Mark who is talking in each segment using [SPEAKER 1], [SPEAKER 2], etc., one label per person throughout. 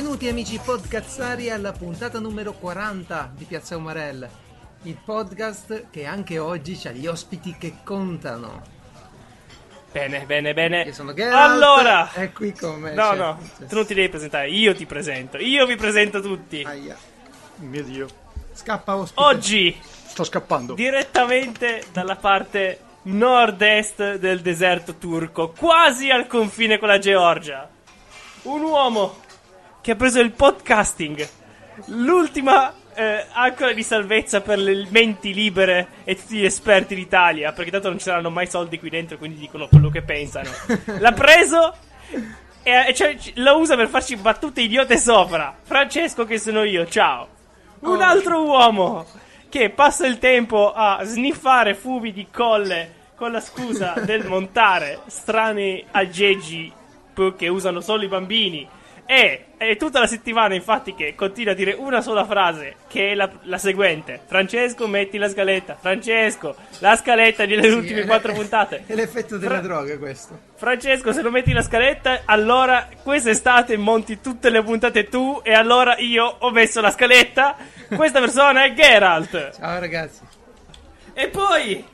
[SPEAKER 1] Benvenuti amici podcazzari alla puntata numero 40 di Piazza Umarell, il podcast che anche oggi ha gli ospiti che contano.
[SPEAKER 2] Bene.
[SPEAKER 1] Io sono Geralt,
[SPEAKER 2] allora,
[SPEAKER 1] è qui con me.
[SPEAKER 2] No, tu non ti devi presentare, io ti presento, io vi presento tutti.
[SPEAKER 1] Aia.
[SPEAKER 3] Mio Dio,
[SPEAKER 1] Scappa ospite.
[SPEAKER 2] Oggi,
[SPEAKER 3] sto scappando.
[SPEAKER 2] direttamente dalla parte nord-est del deserto turco, quasi al confine con la Georgia, un uomo che ha preso il podcasting, l'ultima ancora di salvezza per le menti libere e tutti gli esperti d'Italia, perché tanto non ci saranno mai soldi qui dentro, quindi dicono quello che pensano. L'ha preso e cioè, lo usa per farci battute idiote sopra. Francesco, che sono io, ciao. Un altro uomo che passa il tempo a sniffare fumi di colle con la scusa del montare strani aggeggi che usano solo i bambini. E è tutta la settimana infatti che continua a dire una sola frase, che è la seguente: Francesco, metti la scaletta. Francesco, la scaletta delle ultime 4 puntate.
[SPEAKER 1] È l'effetto della droga questo.
[SPEAKER 2] Francesco, se non metti la scaletta, allora quest'estate monti tutte le puntate tu, e allora io ho messo la scaletta. Questa persona è Geralt.
[SPEAKER 1] Ciao ragazzi.
[SPEAKER 2] E poi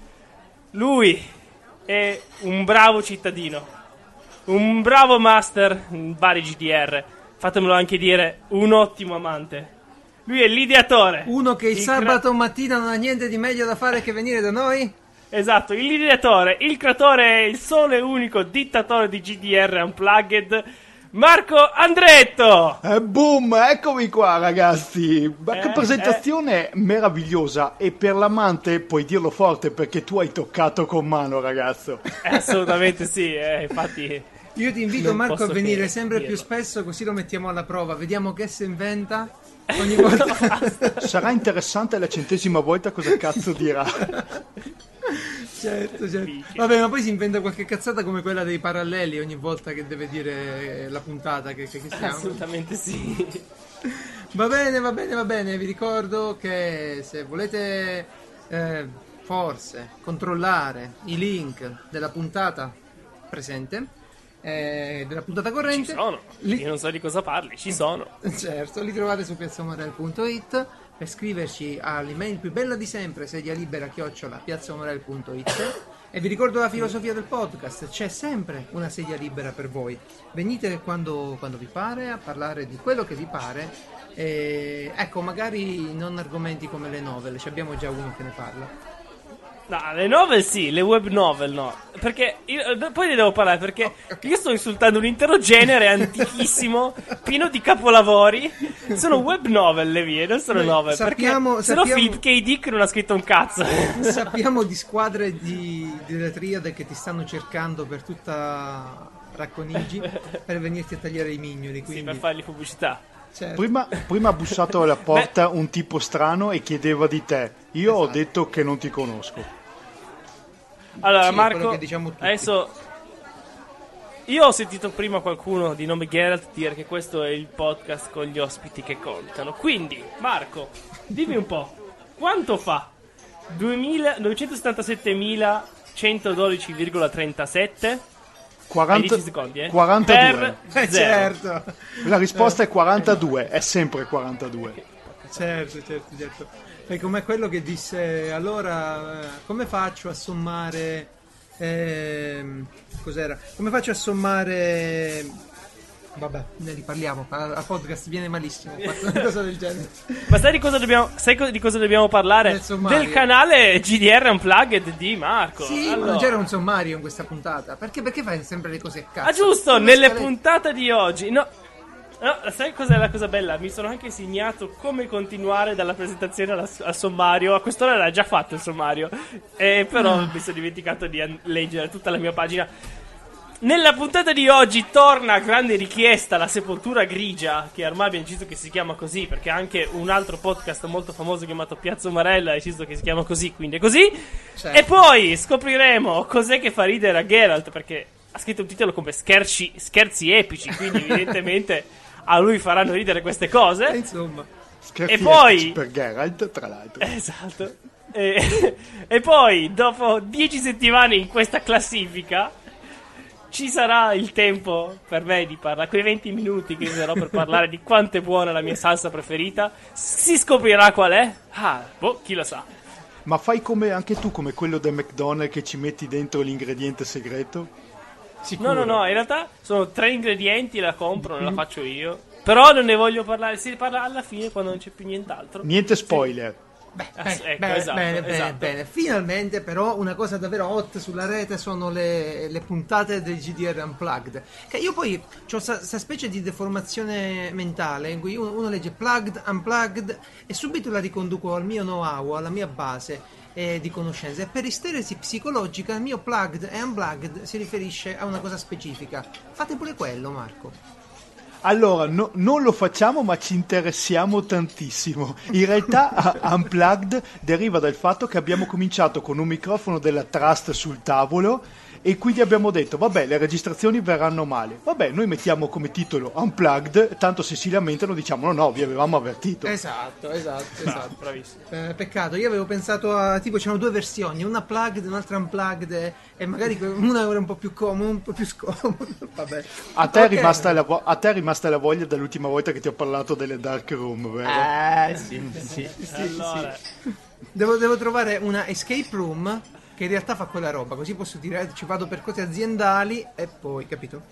[SPEAKER 2] lui è un bravo cittadino, un bravo master in vari GDR, fatemelo anche dire, un ottimo amante. Lui è l'ideatore.
[SPEAKER 1] Uno che il sabato mattina non ha niente di meglio da fare che venire da noi?
[SPEAKER 2] Esatto, l'ideatore, il creatore, il solo e unico dittatore di GDR Unplugged, Marco Andretto.
[SPEAKER 3] Boom, eccomi qua ragazzi. Ma che presentazione meravigliosa. E per l'amante puoi dirlo forte, perché tu hai toccato con mano, ragazzo.
[SPEAKER 2] Assolutamente sì, infatti.
[SPEAKER 1] Io ti invito
[SPEAKER 2] non
[SPEAKER 1] Marco a
[SPEAKER 2] posso
[SPEAKER 1] venire
[SPEAKER 2] che
[SPEAKER 1] sempre
[SPEAKER 2] dirlo.
[SPEAKER 1] più spesso, così lo mettiamo alla prova. Vediamo che si inventa ogni volta.
[SPEAKER 3] Sarà interessante la 100ª volta cosa cazzo dirà.
[SPEAKER 1] Certo. Vabbè, ma poi si inventa qualche cazzata come quella dei paralleli ogni volta che deve dire la puntata che siamo.
[SPEAKER 2] Assolutamente sì.
[SPEAKER 1] Va bene. Vi ricordo che se volete forse controllare i link della puntata presente, della puntata corrente,
[SPEAKER 2] Ci sono. Io non so di cosa parli, ci sono.
[SPEAKER 1] Certo, li trovate su piazzamorel.it. Per scriverci all'email più bella di sempre, sedialibera@piazzamorel.it. E vi ricordo la filosofia del podcast: c'è sempre una sedia libera per voi. Venite quando vi pare a parlare di quello che vi pare. Ecco, magari non argomenti come le novel, ci abbiamo già uno che ne parla.
[SPEAKER 2] No, le novel sì, le web novel no. Perché poi ne devo parlare, perché io sto insultando un intero genere antichissimo, pieno di capolavori. Sono web novel le mie, non sono novel. Perché se no Philip K. Dick non ha scritto un cazzo.
[SPEAKER 1] Sappiamo di squadre delle triade che ti stanno cercando per tutta Racconigi per venirti a tagliare i mignoli, quindi...
[SPEAKER 2] Sì, per fargli pubblicità.
[SPEAKER 1] Certo.
[SPEAKER 3] Prima ha bussato alla porta un tipo strano e chiedeva di te. Io ho detto che non ti conosco.
[SPEAKER 2] Allora,
[SPEAKER 1] Sì,
[SPEAKER 2] Marco,
[SPEAKER 1] quello che diciamo tutti.
[SPEAKER 2] adesso io ho sentito prima qualcuno di nome Geralt dire che questo è il podcast con gli ospiti che contano. Quindi, Marco, dimmi un po', quanto fa 977.112,37?
[SPEAKER 3] 40,
[SPEAKER 2] 10 secondi,
[SPEAKER 3] 42.
[SPEAKER 2] per zero.
[SPEAKER 1] Certo.
[SPEAKER 3] La risposta è 42, è sempre 42.
[SPEAKER 1] Certo. È come quello che disse: allora, come faccio a sommare... cos'era? Come faccio a sommare... Vabbè, ne riparliamo. A podcast viene malissimo. Ho fatto una cosa del genere.
[SPEAKER 2] Ma sai di cosa dobbiamo parlare?
[SPEAKER 1] Del sommario.
[SPEAKER 2] Del canale GDR Unplugged di Marco.
[SPEAKER 1] Sì,
[SPEAKER 2] Allora.
[SPEAKER 1] ma non c'era un sommario in questa puntata. Perché fai sempre le cose a cazzo?
[SPEAKER 2] Ah, giusto,
[SPEAKER 1] Una
[SPEAKER 2] nelle
[SPEAKER 1] scaletta.
[SPEAKER 2] puntate di oggi. No, sai cos'è la cosa bella? Mi sono anche segnato come continuare dalla presentazione al sommario. A quest'ora era già fatto il sommario, però mi sono dimenticato di leggere tutta la mia pagina. Nella puntata di oggi torna a grande richiesta la Sepoltura Grigia, che ormai abbiamo deciso che si chiama così, perché anche un altro podcast molto famoso chiamato Piazza Umarell ha deciso che si chiama così, quindi è così.
[SPEAKER 1] Certo.
[SPEAKER 2] E poi scopriremo cos'è che fa ridere a Geralt, perché ha scritto un titolo come scherzi epici, quindi evidentemente a lui faranno ridere queste cose.
[SPEAKER 1] Insomma.
[SPEAKER 3] Scherzi
[SPEAKER 2] E poi-
[SPEAKER 3] etici per Geralt, tra l'altro.
[SPEAKER 2] Esatto. E poi, dopo 10 settimane in questa classifica, ci sarà il tempo per me di parlare, quei 20 minuti che userò per parlare di quanto è buona la mia salsa preferita, si scoprirà qual è? Chi lo sa.
[SPEAKER 3] Ma fai come anche tu, come quello del McDonald's, che ci metti dentro l'ingrediente segreto?
[SPEAKER 2] Sicuro. No, in realtà sono 3 ingredienti, la compro, non la faccio io. Però non ne voglio parlare, si parla alla fine quando non c'è più nient'altro.
[SPEAKER 3] Niente spoiler.
[SPEAKER 1] Bene. Finalmente però una cosa davvero hot sulla rete sono le puntate del GDR Unplugged, che io poi ho questa specie di deformazione mentale in cui uno legge plugged, unplugged e subito la riconduco al mio know-how, alla mia base di conoscenze, e per isteresi psicologica il mio plugged e unplugged si riferisce a una cosa specifica. Fate pure quello, Marco.
[SPEAKER 3] Allora, non lo facciamo, ma ci interessiamo tantissimo. In realtà Unplugged deriva dal fatto che abbiamo cominciato con un microfono della Trust sul tavolo e quindi abbiamo detto, vabbè, le registrazioni verranno male. Vabbè, noi mettiamo come titolo Unplugged, tanto se si lamentano diciamo no, vi avevamo avvertito.
[SPEAKER 1] Esatto.
[SPEAKER 2] Bravissimo.
[SPEAKER 1] Peccato, io avevo pensato a tipo c'erano 2 versioni, una plugged e un'altra unplugged e magari una era un po' più comoda, un po' più scomoda. Vabbè.
[SPEAKER 3] A te è rimasta la voglia dall'ultima volta che ti ho parlato delle dark room, vero?
[SPEAKER 1] Sì.
[SPEAKER 2] Allora.
[SPEAKER 1] Devo trovare una escape room che in realtà fa quella roba, così posso dire ci vado per cose aziendali e poi, capito?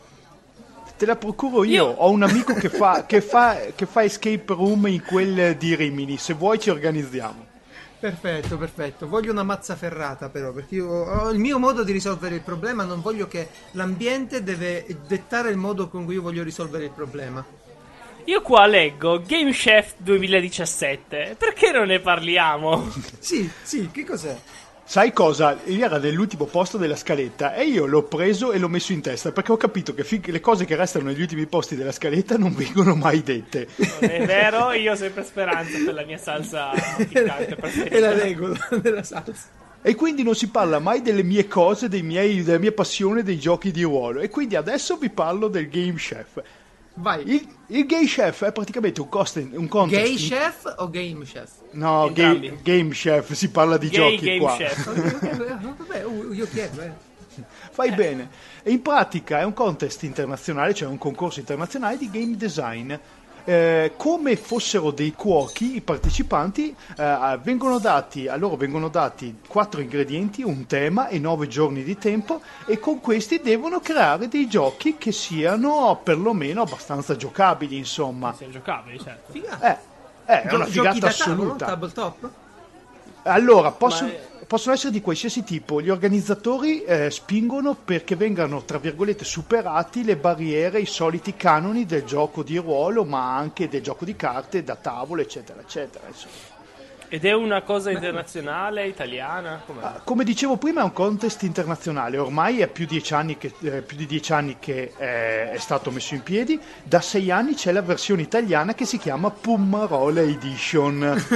[SPEAKER 3] Te la procuro io. Ho un amico che fa escape room in quel di Rimini, se vuoi ci organizziamo.
[SPEAKER 1] Perfetto. Voglio una mazza ferrata però, perché io ho il mio modo di risolvere il problema, non voglio che l'ambiente deve dettare il modo con cui io voglio risolvere il problema.
[SPEAKER 2] Io qua leggo Game Chef 2017, perché non ne parliamo?
[SPEAKER 1] Sì, che cos'è?
[SPEAKER 3] Sai cosa? Era nell'ultimo posto della scaletta e io l'ho preso e l'ho messo in testa perché ho capito che le cose che restano negli ultimi posti della scaletta non vengono mai dette.
[SPEAKER 2] Non è vero, io ho sempre speranza per la mia salsa piccante preferita.
[SPEAKER 1] È la regola della salsa.
[SPEAKER 3] E quindi non si parla mai delle mie cose, della mia passione dei giochi di ruolo. E quindi adesso vi parlo del Game Chef.
[SPEAKER 1] Vai.
[SPEAKER 3] Il Game Chef è praticamente un contest.
[SPEAKER 1] Gay Chef o Game Chef?
[SPEAKER 3] No, Game Chef, si parla di giochi
[SPEAKER 2] Game
[SPEAKER 3] qua.
[SPEAKER 2] Chef.
[SPEAKER 1] Vabbè, io chiedo,
[SPEAKER 3] Fai bene. E in pratica è un contest internazionale, cioè un concorso internazionale di game design. Come fossero dei cuochi, i partecipanti vengono dati 4 ingredienti, un tema e 9 giorni di tempo, e con questi devono creare dei giochi che siano perlomeno abbastanza giocabili, insomma.
[SPEAKER 2] Siano giocabili, certo.
[SPEAKER 3] È una figata assoluta.
[SPEAKER 1] Tabletop?
[SPEAKER 3] Allora, possono essere di qualsiasi tipo. Gli organizzatori spingono perché vengano, tra virgolette, superati le barriere, i soliti canoni del gioco di ruolo, ma anche del gioco di carte, da tavolo, eccetera, eccetera. Insomma.
[SPEAKER 2] Ed è una cosa internazionale, italiana?
[SPEAKER 3] Come dicevo prima, è un contest internazionale. Ormai è più di 10 anni che è stato messo in piedi. Da 6 anni c'è la versione italiana che si chiama Pummarola Edition.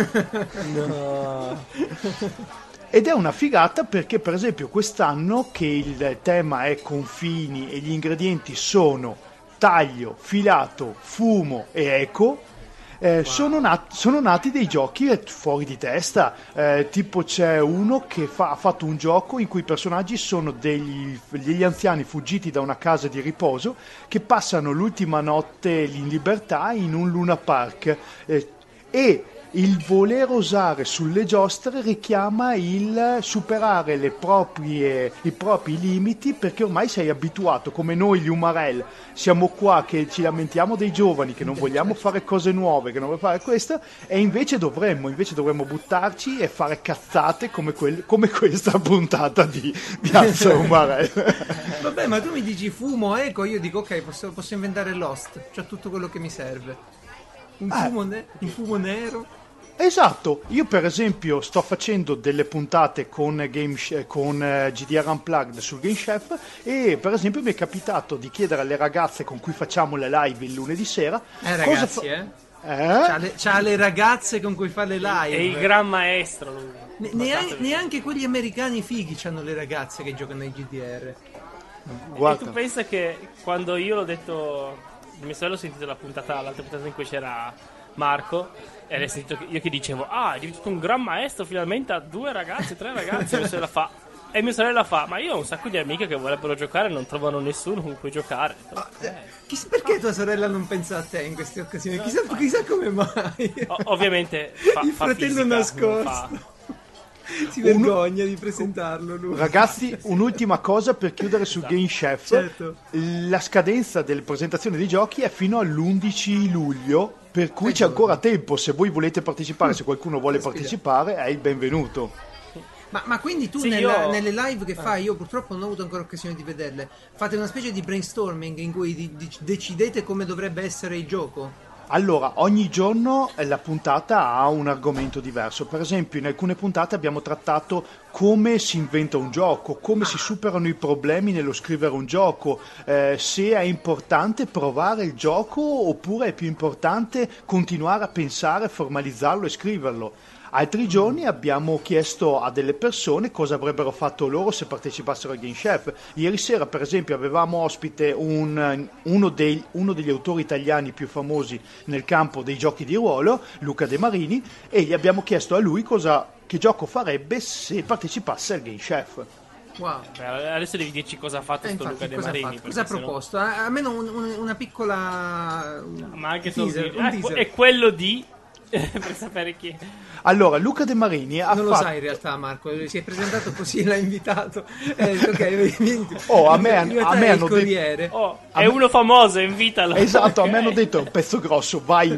[SPEAKER 2] No.
[SPEAKER 3] Ed è una figata perché, per esempio, quest'anno, che il tema è confini e gli ingredienti sono taglio, filato, fumo e eco, sono nati dei giochi fuori di testa. Tipo c'è uno che ha fatto un gioco in cui i personaggi sono degli anziani fuggiti da una casa di riposo che passano l'ultima notte in libertà in un Luna Park, e il voler osare sulle giostre richiama il superare i propri limiti, perché ormai sei abituato, come noi gli Umarell siamo qua che ci lamentiamo dei giovani, che non vogliamo fare cose nuove, che non vogliamo fare questo, e invece dovremmo buttarci e fare cazzate come questa puntata di Piazza Umarell.
[SPEAKER 1] Vabbè, ma tu mi dici fumo, eco, io dico ok, posso inventare Lost, c'ho tutto quello che mi serve. Un fumo nero.
[SPEAKER 3] Esatto, io per esempio sto facendo delle puntate con GDR Unplugged sul Game Chef, e per esempio mi è capitato di chiedere alle ragazze con cui facciamo le live il lunedì sera
[SPEAKER 1] ragazzi, c'ha le ragazze con cui fa le live.
[SPEAKER 2] È il gran maestro lui.
[SPEAKER 1] Neanche quelli americani fighi hanno le ragazze che giocano ai GDR.
[SPEAKER 2] Guarda. E tu pensa che quando io l'ho detto, mio sorello ha sentito l'altra puntata in cui c'era Marco, e hai sentito io che dicevo è diventato un gran maestro, finalmente ha 2 ragazze, 3 ragazze, e se la fa E mia sorella fa: ma io ho un sacco di amiche che vorrebbero giocare e non trovano nessuno con cui giocare.
[SPEAKER 1] Perché tua sorella non pensa a te in queste occasioni? Chissà come mai.
[SPEAKER 2] Ovviamente
[SPEAKER 1] il
[SPEAKER 2] fa
[SPEAKER 1] fratello
[SPEAKER 2] fisica,
[SPEAKER 1] nascosto. Si vergogna di presentarlo lui.
[SPEAKER 3] Ragazzi, un'ultima cosa per chiudere su Game Chef.
[SPEAKER 1] Certo.
[SPEAKER 3] La scadenza delle presentazioni dei giochi è fino all'11 luglio, per cui c'è ancora tempo. Se voi volete partecipare, se qualcuno vuole partecipare, è il benvenuto.
[SPEAKER 1] Ma quindi tu
[SPEAKER 2] Sì,
[SPEAKER 1] nelle live che fai, io purtroppo non ho avuto ancora occasione di vederle, fate una specie di brainstorming in cui decidete come dovrebbe essere il gioco?
[SPEAKER 3] Allora, ogni giorno la puntata ha un argomento diverso. Per esempio, in alcune puntate abbiamo trattato come si inventa un gioco, come si superano i problemi nello scrivere un gioco, se è importante provare il gioco oppure è più importante continuare a pensare, formalizzarlo e scriverlo. Altri giorni abbiamo chiesto a delle persone cosa avrebbero fatto loro se partecipassero al Game Chef. Ieri sera, per esempio, avevamo ospite uno degli autori italiani più famosi nel campo dei giochi di ruolo, Luca De Marini, e gli abbiamo chiesto a lui che gioco farebbe se partecipasse al Game Chef.
[SPEAKER 1] Wow.
[SPEAKER 2] Adesso devi dirci cosa ha fatto sto Luca De Marini.
[SPEAKER 1] Cosa ha proposto? Almeno una piccola
[SPEAKER 2] ma anche
[SPEAKER 1] teaser,
[SPEAKER 2] solo
[SPEAKER 1] un teaser.
[SPEAKER 2] è quello di per sapere chi.
[SPEAKER 3] Allora, Luca De Marini ha
[SPEAKER 1] non
[SPEAKER 3] fatto...
[SPEAKER 1] lo sai in realtà, Marco, si è presentato così, l'ha invitato. Ok, vieni.
[SPEAKER 3] A me hanno
[SPEAKER 1] detto...
[SPEAKER 2] è uno famoso, invitalo.
[SPEAKER 3] Esatto, a me hanno detto è un pezzo grosso, vai.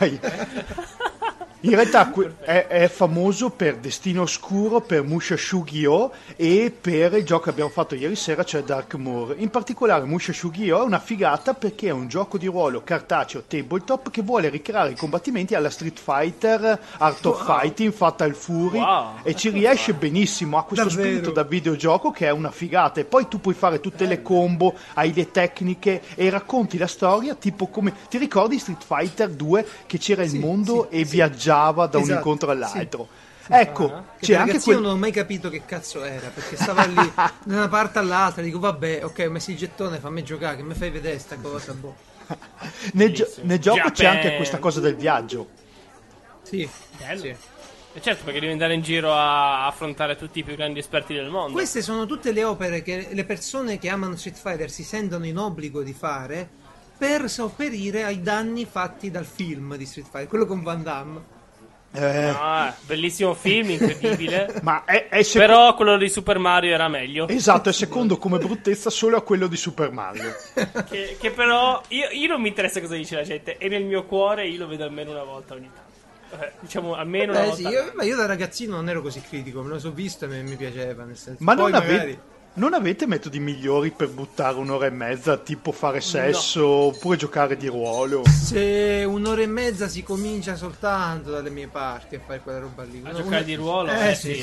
[SPEAKER 3] In realtà è famoso per Destino Oscuro, per Mushoku-Gi-Oh! E per il gioco che abbiamo fatto ieri sera, cioè Dark Moor. In particolare Mushoku-Gi-Oh! È una figata perché è un gioco di ruolo cartaceo tabletop che vuole ricreare i combattimenti alla Street Fighter, Art of Fighting, Fatal Fury, e ci riesce benissimo, ha questo spirito da videogioco che è una figata, e poi tu puoi fare tutte le combo, hai le tecniche e racconti la storia tipo come... Ti ricordi Street Fighter 2 che c'era il mondo e viaggiava da un incontro all'altro? Ecco, c'è anche
[SPEAKER 1] io non ho mai capito che cazzo era, perché stava lì da una parte all'altra, dico vabbè, ok, ho messo il gettone, fammi giocare, che mi fai vedere sta cosa, boh.
[SPEAKER 3] Nel gioco c'è anche questa cosa del viaggio.
[SPEAKER 2] Sì, bello. Sì. E certo, perché devi andare in giro a affrontare tutti i più grandi esperti del mondo.
[SPEAKER 1] Queste sono tutte le opere che le persone che amano Street Fighter si sentono in obbligo di fare per sopperire ai danni fatti dal film di Street Fighter, quello con Van Damme.
[SPEAKER 2] Bellissimo film, incredibile.
[SPEAKER 3] Ma
[SPEAKER 2] però quello di Super Mario era meglio.
[SPEAKER 3] Esatto, è secondo come bruttezza solo a quello di Super Mario.
[SPEAKER 2] che però io non mi interessa cosa dice la gente, e nel mio cuore io lo vedo almeno una volta ogni tanto. Diciamo almeno una volta.
[SPEAKER 1] Ma io da ragazzino non ero così critico, me lo so visto e mi piaceva, nel senso.
[SPEAKER 3] Ma
[SPEAKER 1] poi
[SPEAKER 3] non avete metodi migliori per buttare un'ora e mezza, tipo fare sesso oppure giocare di ruolo?
[SPEAKER 1] Se un'ora e mezza si comincia soltanto dalle mie parti a fare quella roba lì.
[SPEAKER 2] A giocare di ruolo? Sì.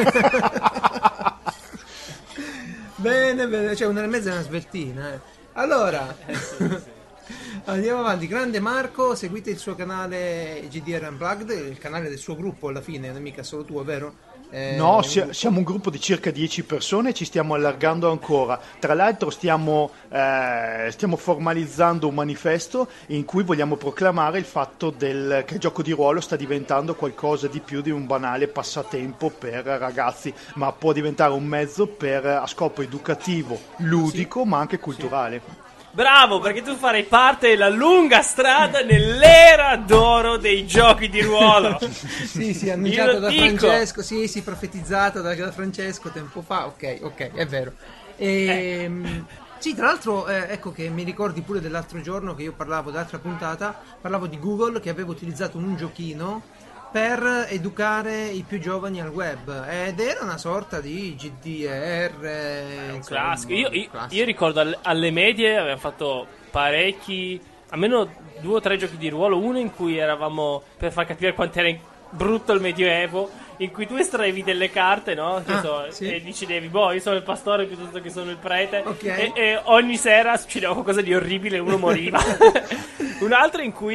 [SPEAKER 1] Bene, cioè un'ora e mezza è una sveltina. Allora, andiamo avanti. Grande Marco, seguite il suo canale GDR Unplugged, il canale del suo gruppo alla fine, non è mica solo tuo, vero?
[SPEAKER 3] No, siamo un gruppo di circa 10 persone e ci stiamo allargando ancora. Tra l'altro stiamo formalizzando un manifesto in cui vogliamo proclamare il fatto che il gioco di ruolo sta diventando qualcosa di più di un banale passatempo per ragazzi, ma può diventare un mezzo a scopo educativo, ludico, ma anche culturale.
[SPEAKER 2] Bravo, perché tu farai parte della lunga strada nell'era d'oro dei giochi di ruolo.
[SPEAKER 1] Sì, annunciato da Francesco. Sì, profetizzato da Francesco tempo fa. Ok, è vero. Sì, tra l'altro, ecco che mi ricordi pure dell'altro giorno che io parlavo, dell'altra puntata, parlavo di Google che aveva utilizzato un giochino per educare i più giovani al web, ed era una sorta di GDR,
[SPEAKER 2] un classico. Io ricordo alle medie avevamo fatto parecchi, almeno 2 o 3 giochi di ruolo, uno in cui eravamo, per far capire quanto era brutto il medioevo, in cui tu estraevi delle carte, no? E decidevi, io sono il pastore piuttosto che sono il prete, e ogni sera succedeva qualcosa di orribile, uno moriva. Un altro in cui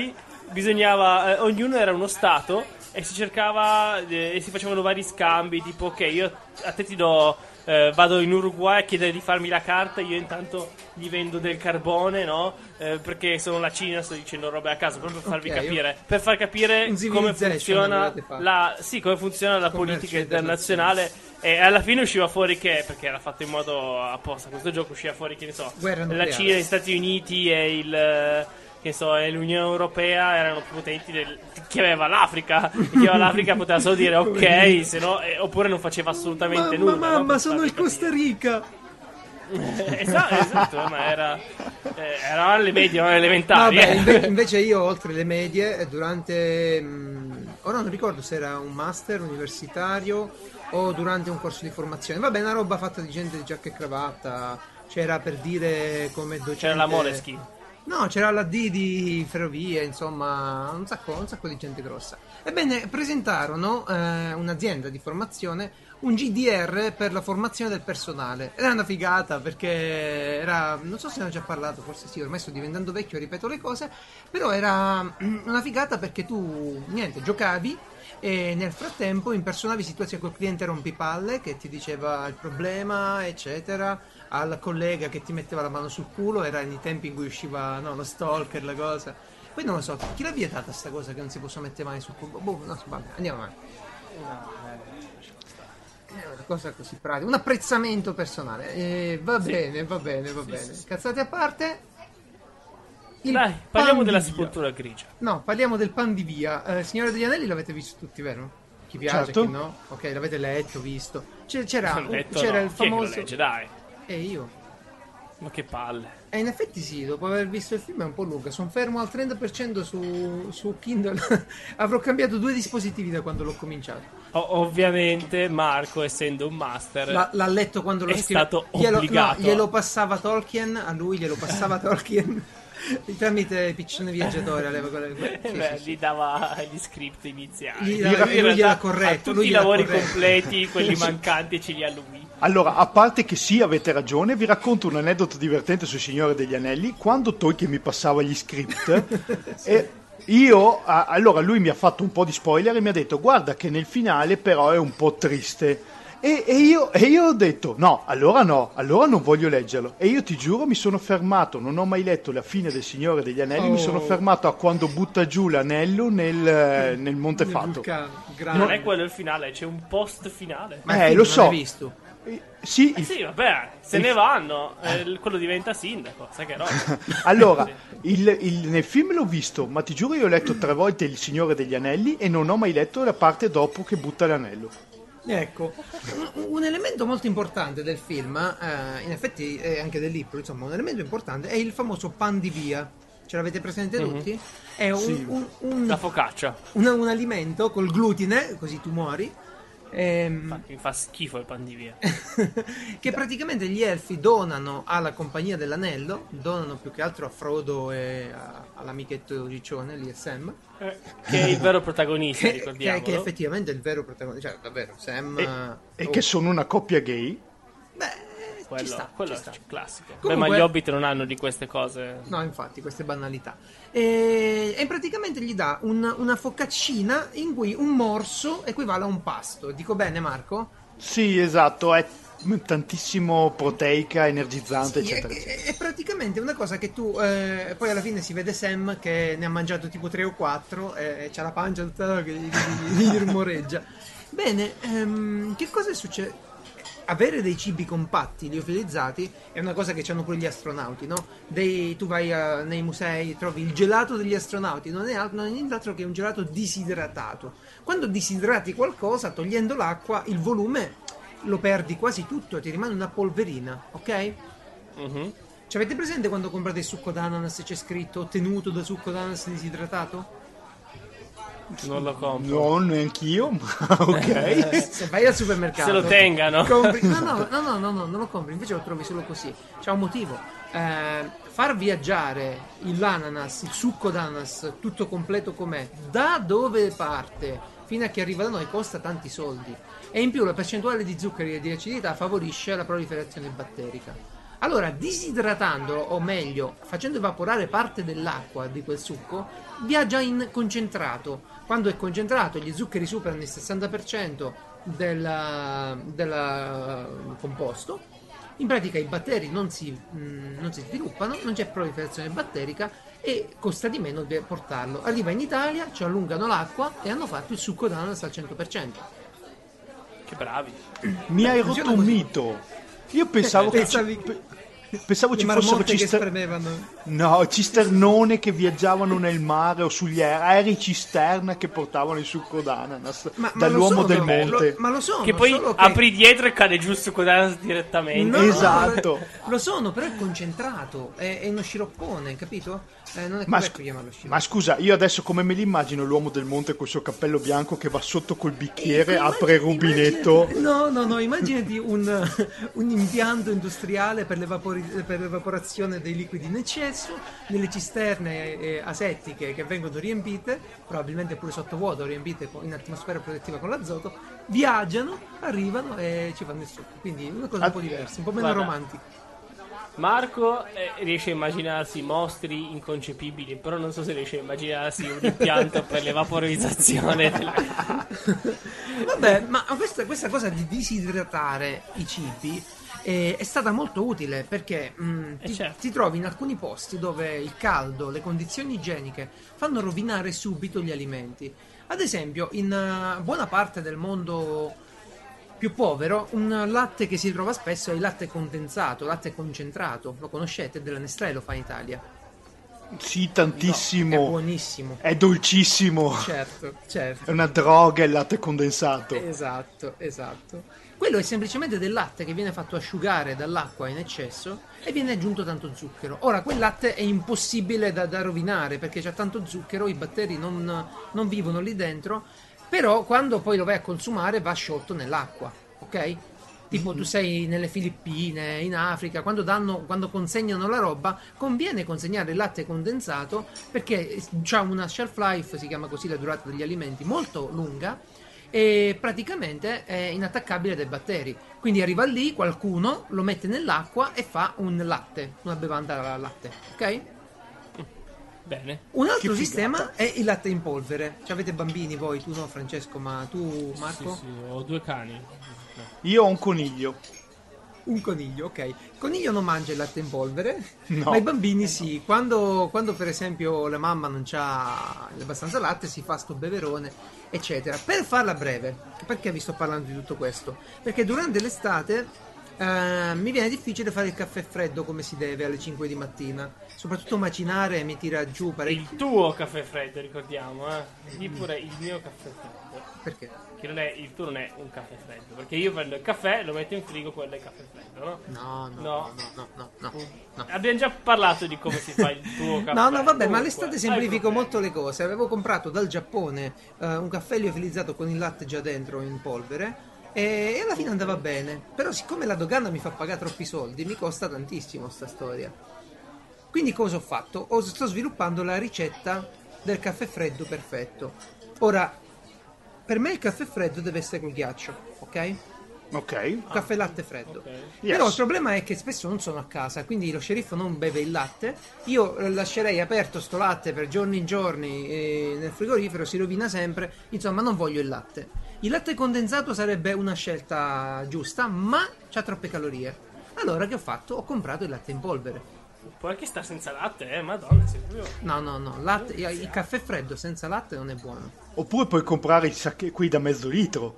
[SPEAKER 2] bisognava, ognuno era uno stato e si cercava e si facevano vari scambi, tipo ok, io a te ti do, vado in Uruguay a chiedere di farmi la carta, io intanto gli vendo del carbone, no? Perché sono la Cina, sto dicendo robe a caso, proprio per farvi capire, per far capire
[SPEAKER 1] Un
[SPEAKER 2] come
[SPEAKER 1] Civilization
[SPEAKER 2] funziona
[SPEAKER 1] avete fatto.
[SPEAKER 2] come funziona la politica
[SPEAKER 1] Commercio
[SPEAKER 2] internazionale. E alla fine usciva fuori che, perché era fatto in modo apposta questo gioco, usciva fuori che ne so,
[SPEAKER 1] Guerra
[SPEAKER 2] la
[SPEAKER 1] nucleare.
[SPEAKER 2] Cina, gli Stati Uniti e e l'Unione Europea erano più potenti chi aveva l'Africa. Chi aveva l'Africa poteva solo dire ok, se no, oppure non faceva assolutamente nulla.
[SPEAKER 1] Mamma,
[SPEAKER 2] no? Per
[SPEAKER 1] sono
[SPEAKER 2] farvi
[SPEAKER 1] il Costa Rica.
[SPEAKER 2] esatto, ma era alle medie, alle elementari.
[SPEAKER 1] Vabbè, invece io oltre le medie, durante ora non ricordo se era un master universitario o durante un corso di formazione. Vabbè, una roba fatta di gente di giacca e cravatta. C'era, per dire, come docente.
[SPEAKER 2] C'era la Moleskine.
[SPEAKER 1] No, c'era la D di Ferrovie, insomma, un sacco di gente grossa. Ebbene, presentarono un'azienda di formazione, un GDR per la formazione del personale. Era una figata perché era, non so se ne ho già parlato, forse sì, ormai sto diventando vecchio e ripeto le cose, però era una figata perché tu, niente, giocavi e nel frattempo impersonavi situazioni col cliente rompipalle che ti diceva il problema, eccetera, al collega che ti metteva la mano sul culo, era nei tempi in cui usciva, no, lo stalker, la cosa. Poi non lo so, chi l'ha vietata sta cosa che non si possono mettere mani sul culo? Boh, no, vabbè, andiamo avanti. È una cosa così pratica, un apprezzamento personale. Va bene. Cazzate a parte.
[SPEAKER 2] Dai, parliamo
[SPEAKER 1] pan
[SPEAKER 2] della
[SPEAKER 1] di via.
[SPEAKER 2] sepoltura grigia.
[SPEAKER 1] No, parliamo del pan di via. Signore degli Anelli l'avete visto tutti, vero? Chi piace,
[SPEAKER 3] Certo.
[SPEAKER 1] chi no? Ok, l'avete letto, visto. C'era
[SPEAKER 2] Non ho detto
[SPEAKER 1] c'era
[SPEAKER 2] no.
[SPEAKER 1] il
[SPEAKER 2] Chi è che lo
[SPEAKER 1] famoso.
[SPEAKER 2] legge, dai.
[SPEAKER 1] E io.
[SPEAKER 2] Ma che palle.
[SPEAKER 1] E in effetti sì, dopo aver visto il film è un po' lunga. Sono fermo al 30% su Kindle. Avrò cambiato 2 dispositivi da quando l'ho cominciato.
[SPEAKER 2] Ovviamente Marco, essendo un master,
[SPEAKER 1] L'ha letto quando lo
[SPEAKER 2] è stato
[SPEAKER 1] glielo,
[SPEAKER 2] obbligato.
[SPEAKER 1] no, glielo passava Tolkien, a lui glielo passava Tolkien tramite Piccione Viaggiatore.
[SPEAKER 2] Gli dava gli script iniziali.
[SPEAKER 1] Gli
[SPEAKER 2] In
[SPEAKER 1] dava- lui
[SPEAKER 2] realtà,
[SPEAKER 1] gliel'ha corretto,
[SPEAKER 2] a
[SPEAKER 1] lui
[SPEAKER 2] tutti i
[SPEAKER 1] gliel'ha
[SPEAKER 2] lavori
[SPEAKER 1] corretto.
[SPEAKER 2] completi, quelli mancanti, ce li ha lui.
[SPEAKER 3] Allora, a parte che sì, avete ragione, vi racconto un aneddoto divertente sul Signore degli Anelli. Quando Tolkien mi passava gli script, e allora lui mi ha fatto un po' di spoiler e mi ha detto guarda che nel finale però è un po' triste. E io ho detto no, allora non voglio leggerlo. E io ti giuro mi sono fermato, non ho mai letto la fine del Signore degli Anelli, mi sono fermato a quando butta giù l'anello nel Monte
[SPEAKER 1] Nel
[SPEAKER 3] Fatto.
[SPEAKER 1] vulcano,
[SPEAKER 2] Non
[SPEAKER 1] grande.
[SPEAKER 2] è quello il finale, c'è un post finale.
[SPEAKER 1] Ma il film
[SPEAKER 3] lo
[SPEAKER 1] non
[SPEAKER 3] so.
[SPEAKER 1] l'hai visto?
[SPEAKER 3] Sì,
[SPEAKER 2] Sì, vabbè, se ne vanno, quello diventa sindaco, sai che roba.
[SPEAKER 3] allora, nel film l'ho visto, ma ti giuro io ho letto 3 volte Il Signore degli Anelli e non ho mai letto la parte dopo che butta l'anello.
[SPEAKER 1] Ecco, un elemento molto importante del film, in effetti è anche del libro, insomma, un elemento importante è il famoso pan di via. Ce l'avete presente tutti? È
[SPEAKER 2] La focaccia.
[SPEAKER 1] un alimento col glutine, così tu muori.
[SPEAKER 2] Mi fa schifo il pan di via.
[SPEAKER 1] Che praticamente gli elfi donano alla Compagnia dell'Anello, donano più che altro a Frodo e all'amichetto Riccione, lì è Sam,
[SPEAKER 2] Che è il vero protagonista, ricordiamo.
[SPEAKER 1] che effettivamente è il vero protagonista, cioè davvero Sam
[SPEAKER 3] E che sono una coppia gay.
[SPEAKER 1] beh,
[SPEAKER 2] Quello,
[SPEAKER 1] ci sta,
[SPEAKER 2] quello
[SPEAKER 1] ci
[SPEAKER 2] è
[SPEAKER 1] sta.
[SPEAKER 2] classico.
[SPEAKER 1] Comunque-
[SPEAKER 2] Beh, ma gli Hobbit non hanno di queste cose.
[SPEAKER 1] No, infatti, queste banalità. E praticamente gli dà una focaccina in cui un morso equivale a un pasto. Dico bene, Marco?
[SPEAKER 3] Sì, esatto, è tantissimo proteica, energizzante,
[SPEAKER 1] Sì,
[SPEAKER 3] eccetera, eccetera.
[SPEAKER 1] è praticamente una cosa che tu poi alla fine si vede Sam che ne ha mangiato tipo 3 o 4 e c'ha la pancia tutta che gli rumoreggia. Bene, che cosa succede? Avere dei cibi compatti, liofilizzati, è una cosa che hanno pure gli astronauti, no? Tu vai nei musei, trovi il gelato degli astronauti, non è nient'altro che un gelato disidratato. Quando disidrati qualcosa, togliendo l'acqua, il volume lo perdi quasi tutto, ti rimane una polverina, ok? Ci avete presente quando comprate il succo d'ananas e c'è scritto ottenuto da succo d'ananas disidratato?
[SPEAKER 2] Non lo compro.
[SPEAKER 3] No, neanch'io, ma ok.
[SPEAKER 1] Se vai al supermercato
[SPEAKER 2] Se lo tengano.
[SPEAKER 1] compri... no, non lo compri, invece lo trovi solo così. C'è un motivo. Far viaggiare l'ananas, il succo d'ananas tutto completo com'è, da dove parte fino a che arriva da noi costa tanti soldi, e in più la percentuale di zuccheri e di acidità favorisce la proliferazione batterica. Allora, disidratandolo, o meglio, facendo evaporare parte dell'acqua di quel succo, viaggia in concentrato. Quando è concentrato, gli zuccheri superano il 60% del composto. In pratica i batteri non si sviluppano, non c'è proliferazione batterica e costa di meno portarlo. Arriva in Italia, ci allungano l'acqua e hanno fatto il succo d'ananas al 100%.
[SPEAKER 2] Che bravi.
[SPEAKER 3] Mi hai rotto un mito. Io pensavo che pensavo ci fossero
[SPEAKER 1] marmotte che spremevano.
[SPEAKER 3] No, cisternone che viaggiavano nel mare o sugli aerei cisterna che portavano il succo d'ananas dall'uomo del monte.
[SPEAKER 1] Ma lo sono.
[SPEAKER 2] Che poi
[SPEAKER 1] solo
[SPEAKER 2] apri dietro e cade giù su Codanas direttamente.
[SPEAKER 1] No,
[SPEAKER 3] Esatto.
[SPEAKER 1] Lo sono, però è concentrato, è uno sciroppone, capito? Non è corretto chiamarlo sciroppo.
[SPEAKER 3] Ma scusa, io adesso come me l'immagino l'uomo del monte col suo cappello bianco che va sotto col bicchiere, apre il rubinetto.
[SPEAKER 1] No, immaginati un impianto industriale per l'evaporazione dei liquidi in eccesso, nelle cisterne asettiche che vengono riempite, probabilmente pure sottovuoto, riempite in atmosfera protettiva con l'azoto, viaggiano, arrivano e ci fanno il succo. Quindi una cosa un po' diversa, un po' meno romantica.
[SPEAKER 2] Marco riesce a immaginarsi mostri inconcepibili, però non so se riesce a immaginarsi un impianto per l'evaporizzazione
[SPEAKER 1] Vabbè, ma questa cosa di disidratare i cibi è stata molto utile perché
[SPEAKER 2] certo.
[SPEAKER 1] ti trovi in alcuni posti dove il caldo, le condizioni igieniche fanno rovinare subito gli alimenti. Ad esempio, in buona parte del mondo più povero, un latte che si trova spesso è il latte condensato, latte concentrato. Lo conoscete? Della Nestlé lo fa in Italia.
[SPEAKER 3] Sì, tantissimo.
[SPEAKER 1] No, è buonissimo.
[SPEAKER 3] È dolcissimo.
[SPEAKER 1] Certo.
[SPEAKER 3] È una droga il latte condensato.
[SPEAKER 1] Esatto. Quello è semplicemente del latte che viene fatto asciugare dall'acqua in eccesso e viene aggiunto tanto zucchero. Ora, quel latte è impossibile da rovinare perché c'è tanto zucchero, i batteri non vivono lì dentro, però quando poi lo vai a consumare va sciolto nell'acqua, ok? Tipo tu sei nelle Filippine, in Africa, quando consegnano la roba, conviene consegnare il latte condensato perché ha una shelf life, si chiama così la durata degli alimenti, molto lunga e praticamente è inattaccabile dai batteri. Quindi arriva lì, qualcuno lo mette nell'acqua e fa un latte, una bevanda al latte, ok?
[SPEAKER 2] Bene.
[SPEAKER 1] Un altro
[SPEAKER 3] Che
[SPEAKER 1] sistema
[SPEAKER 3] figata.
[SPEAKER 1] è il latte in polvere. Ci avete bambini voi? Tu no, Francesco, ma tu, Marco?
[SPEAKER 2] Sì, ho 2 cani.
[SPEAKER 3] Io ho un coniglio.
[SPEAKER 1] Un coniglio, ok. Il coniglio non mangia il latte in polvere,
[SPEAKER 3] No.
[SPEAKER 1] ma i bambini sì. Quando per esempio la mamma non c'ha abbastanza latte, si fa sto beverone, eccetera. Per farla breve, perché vi sto parlando di tutto questo? Perché durante l'estate mi viene difficile fare il caffè freddo come si deve alle 5 di mattina. Soprattutto macinare mi tira giù parecchio.
[SPEAKER 2] Il tuo caffè freddo, ricordiamo, Dì pure il mio caffè freddo.
[SPEAKER 1] Perché?
[SPEAKER 2] Che non è, il tuo non è un caffè freddo, perché io prendo il caffè, lo metto in frigo, quello è il caffè freddo, no?
[SPEAKER 1] No.
[SPEAKER 2] Abbiamo già parlato di come si fa il tuo caffè.
[SPEAKER 1] No, vabbè, ma
[SPEAKER 2] Comunque,
[SPEAKER 1] all'estate
[SPEAKER 2] hai
[SPEAKER 1] semplifico
[SPEAKER 2] problemi.
[SPEAKER 1] molto le cose. Avevo comprato dal Giappone un caffè liofilizzato con il latte già dentro in polvere e alla fine andava bene. Però siccome la dogana mi fa pagare troppi soldi, mi costa tantissimo sta storia. Quindi cosa ho fatto? Sto sviluppando la ricetta del caffè freddo perfetto. Ora, per me il caffè freddo deve essere col ghiaccio, ok?
[SPEAKER 3] Ok.
[SPEAKER 1] Caffè latte freddo.
[SPEAKER 2] Ok.
[SPEAKER 3] Yes.
[SPEAKER 1] Però il problema è che spesso non sono a casa, quindi lo sceriffo non beve il latte. Io lascerei aperto sto latte per giorni in giorni nel frigorifero, si rovina sempre. Insomma, non voglio il latte. Il latte condensato sarebbe una scelta giusta, ma c'ha troppe calorie. Allora che ho fatto? Ho comprato il latte in polvere.
[SPEAKER 2] Puoi anche stare senza latte, madonna, sei proprio...
[SPEAKER 1] No, latte, il caffè freddo senza latte non è buono.
[SPEAKER 3] Oppure puoi comprare i sacchi qui da mezzo litro.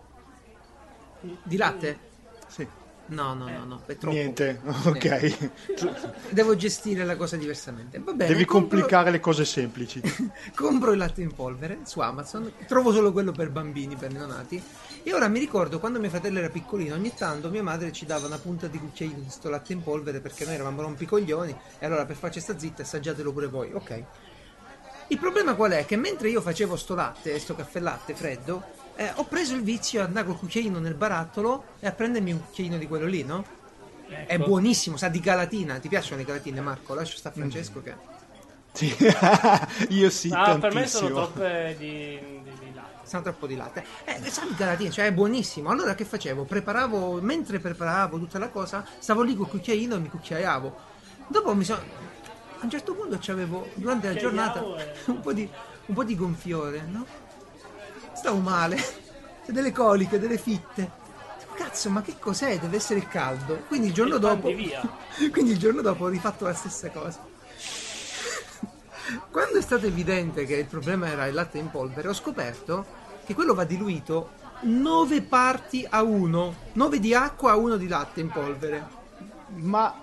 [SPEAKER 1] Di latte?
[SPEAKER 3] Sì.
[SPEAKER 1] No, è troppo.
[SPEAKER 3] Niente. Ok.
[SPEAKER 1] Devo gestire la cosa diversamente. Va bene,
[SPEAKER 3] Devi
[SPEAKER 1] compro-
[SPEAKER 3] complicare le cose semplici.
[SPEAKER 1] Compro il latte in polvere su Amazon, trovo solo quello per bambini, per neonati. E ora mi ricordo quando mio fratello era piccolino, ogni tanto mia madre ci dava una punta di cucchiaino di sto latte in polvere perché noi eravamo rompicoglioni. E allora per farci sta zitta, assaggiatelo pure voi, ok? Il problema qual è? Che mentre io facevo sto latte, sto caffè latte freddo, ho preso il vizio ad andare col cucchiaino nel barattolo e a prendermi un cucchiaino di quello lì, no?
[SPEAKER 2] Ecco.
[SPEAKER 1] È buonissimo, sa di galatina. Ti piacciono le galatine, Marco? Lascio sta Francesco che...
[SPEAKER 3] Sì. Io sì,
[SPEAKER 2] Ah, per me sono
[SPEAKER 3] tantissimo.
[SPEAKER 2] troppe di latte.
[SPEAKER 1] sa troppo di latte. Sa di gelatina, cioè è buonissimo. Allora che facevo? Mentre preparavo tutta la cosa, stavo lì col cucchiaino e mi cucchiaiavo. Dopo a un certo punto c'avevo, durante la giornata, un po' di gonfiore, no? Stavo male, delle coliche, delle fitte. Cazzo, ma che cos'è? Deve essere il caldo. Quindi il giorno dopo ho rifatto la stessa cosa. Quando è stato evidente che il problema era il latte in polvere, ho scoperto che quello va diluito 9 parti a 1, 9 di acqua a 1 di latte in polvere.
[SPEAKER 3] Ma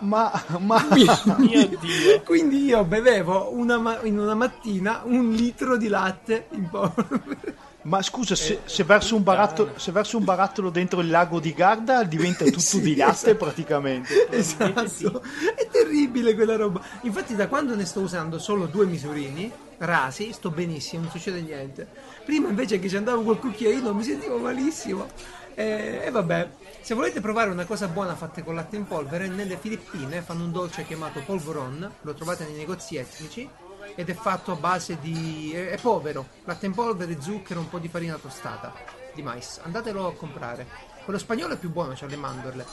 [SPEAKER 2] Mio Dio.
[SPEAKER 1] Quindi io bevevo in una mattina 1 litro di latte in polvere.
[SPEAKER 3] Ma scusa, se verso un barattolo dentro il lago di Garda diventa tutto
[SPEAKER 1] Sì,
[SPEAKER 3] di latte
[SPEAKER 1] esatto.
[SPEAKER 3] praticamente.
[SPEAKER 1] Esatto,
[SPEAKER 2] Sì.
[SPEAKER 1] è terribile quella roba. Infatti da quando ne sto usando solo 2 misurini rasi, sto benissimo, non succede niente. Prima invece che ci andavo col cucchiaino mi sentivo malissimo. E vabbè, se volete provare una cosa buona fatta con latte in polvere, nelle Filippine fanno un dolce chiamato polvoron, lo trovate nei negozi etnici ed è fatto a base di... è povero, latte in polvere, zucchero, un po' di farina tostata di mais. Andatelo a comprare. Quello spagnolo è più buono, c'ha le mandorle.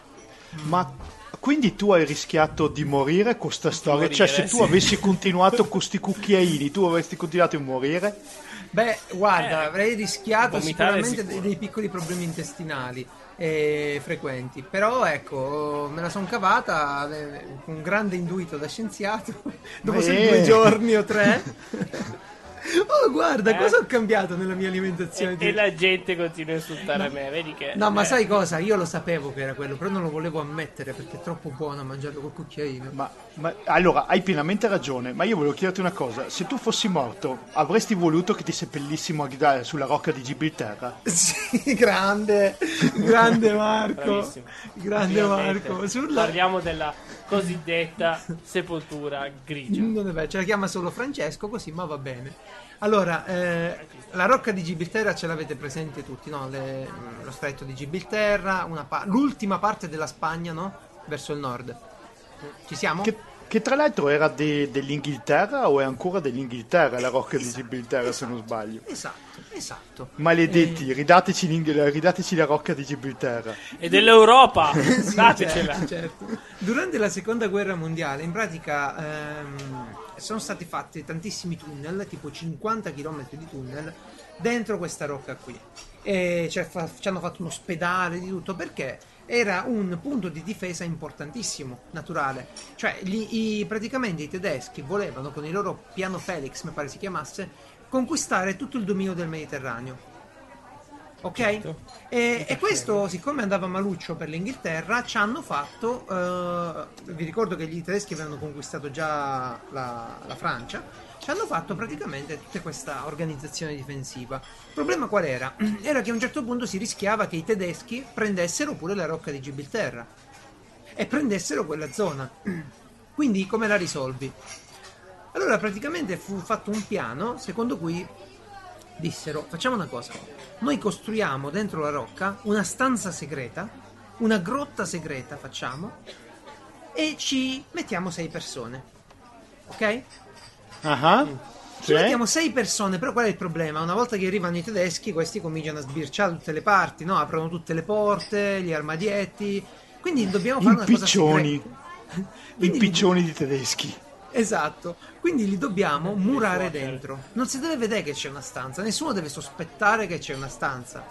[SPEAKER 3] Ma quindi tu hai rischiato di morire con sta storia? Cioè, se tu
[SPEAKER 2] sì.
[SPEAKER 3] avessi continuato con sti cucchiaini, tu avresti continuato a morire?
[SPEAKER 1] Beh, guarda, avrei rischiato
[SPEAKER 2] vomitare
[SPEAKER 1] sicuramente
[SPEAKER 2] sicuro.
[SPEAKER 1] dei piccoli problemi intestinali frequenti, però ecco, me la son cavata con grande induito da scienziato dopo solo 2 giorni o 3. Oh, guarda, cosa ho cambiato nella mia alimentazione?
[SPEAKER 2] E la gente continua a insultare me, vedi che...
[SPEAKER 1] No, ma sai cosa? Io lo sapevo che era quello, però non lo volevo ammettere perché è troppo buono mangiarlo col cucchiaino.
[SPEAKER 3] Ma allora, hai pienamente ragione, ma io volevo chiederti una cosa. Se tu fossi morto, avresti voluto che ti seppellissimo sulla rocca di Gibilterra?
[SPEAKER 1] Sì, grande Marco.
[SPEAKER 2] Bravissimo.
[SPEAKER 1] Grande
[SPEAKER 2] Finalmente.
[SPEAKER 1] Marco.
[SPEAKER 2] Parliamo della cosiddetta sepoltura grigia.
[SPEAKER 1] Non è vero, ce la chiama solo Francesco così, ma va bene. Allora, la rocca di Gibilterra ce l'avete presente tutti, no? Lo stretto di Gibilterra, l'ultima parte della Spagna, no? Verso il nord. Ci siamo?
[SPEAKER 3] Che tra l'altro era dell'Inghilterra o è ancora dell'Inghilterra la rocca di Gibilterra, se non sbaglio?
[SPEAKER 1] Esatto.
[SPEAKER 3] Maledetti, ridateci la rocca di Gibilterra.
[SPEAKER 2] E dell'Europa!
[SPEAKER 1] Sì,
[SPEAKER 2] Datecela!
[SPEAKER 1] certo. Durante la seconda guerra mondiale, in pratica, sono stati fatti tantissimi tunnel, tipo 50 km di tunnel, dentro questa rocca qui. E ci hanno fatto un ospedale di tutto perché era un punto di difesa importantissimo, naturale. Cioè, praticamente i tedeschi volevano, con il loro piano Felix, mi pare si chiamasse, conquistare tutto il dominio del Mediterraneo. Ok?
[SPEAKER 2] Certo.
[SPEAKER 1] E questo, siccome andava maluccio per l'Inghilterra, ci hanno fatto. Vi ricordo che gli tedeschi avevano conquistato già la Francia. Ci hanno fatto praticamente tutta questa organizzazione difensiva. Il problema qual era? Era che a un certo punto si rischiava che i tedeschi prendessero pure la rocca di Gibilterra e prendessero quella zona. Quindi come la risolvi? Allora praticamente fu fatto un piano secondo cui dissero: facciamo una cosa, noi costruiamo dentro la rocca una stanza segreta, una grotta segreta facciamo, e ci mettiamo 6 persone, ok?
[SPEAKER 3] Ah,
[SPEAKER 1] Ci mettiamo 6 persone, però qual è il problema? Una volta che arrivano i tedeschi, questi cominciano a sbirciare da tutte le parti, no? Aprono tutte le porte, gli armadietti, quindi dobbiamo fare una cosa segreta. Quindi
[SPEAKER 3] impiccioni di tedeschi.
[SPEAKER 1] Esatto, quindi li dobbiamo murare dentro. Non si deve vedere che c'è una stanza, nessuno deve sospettare che c'è una stanza.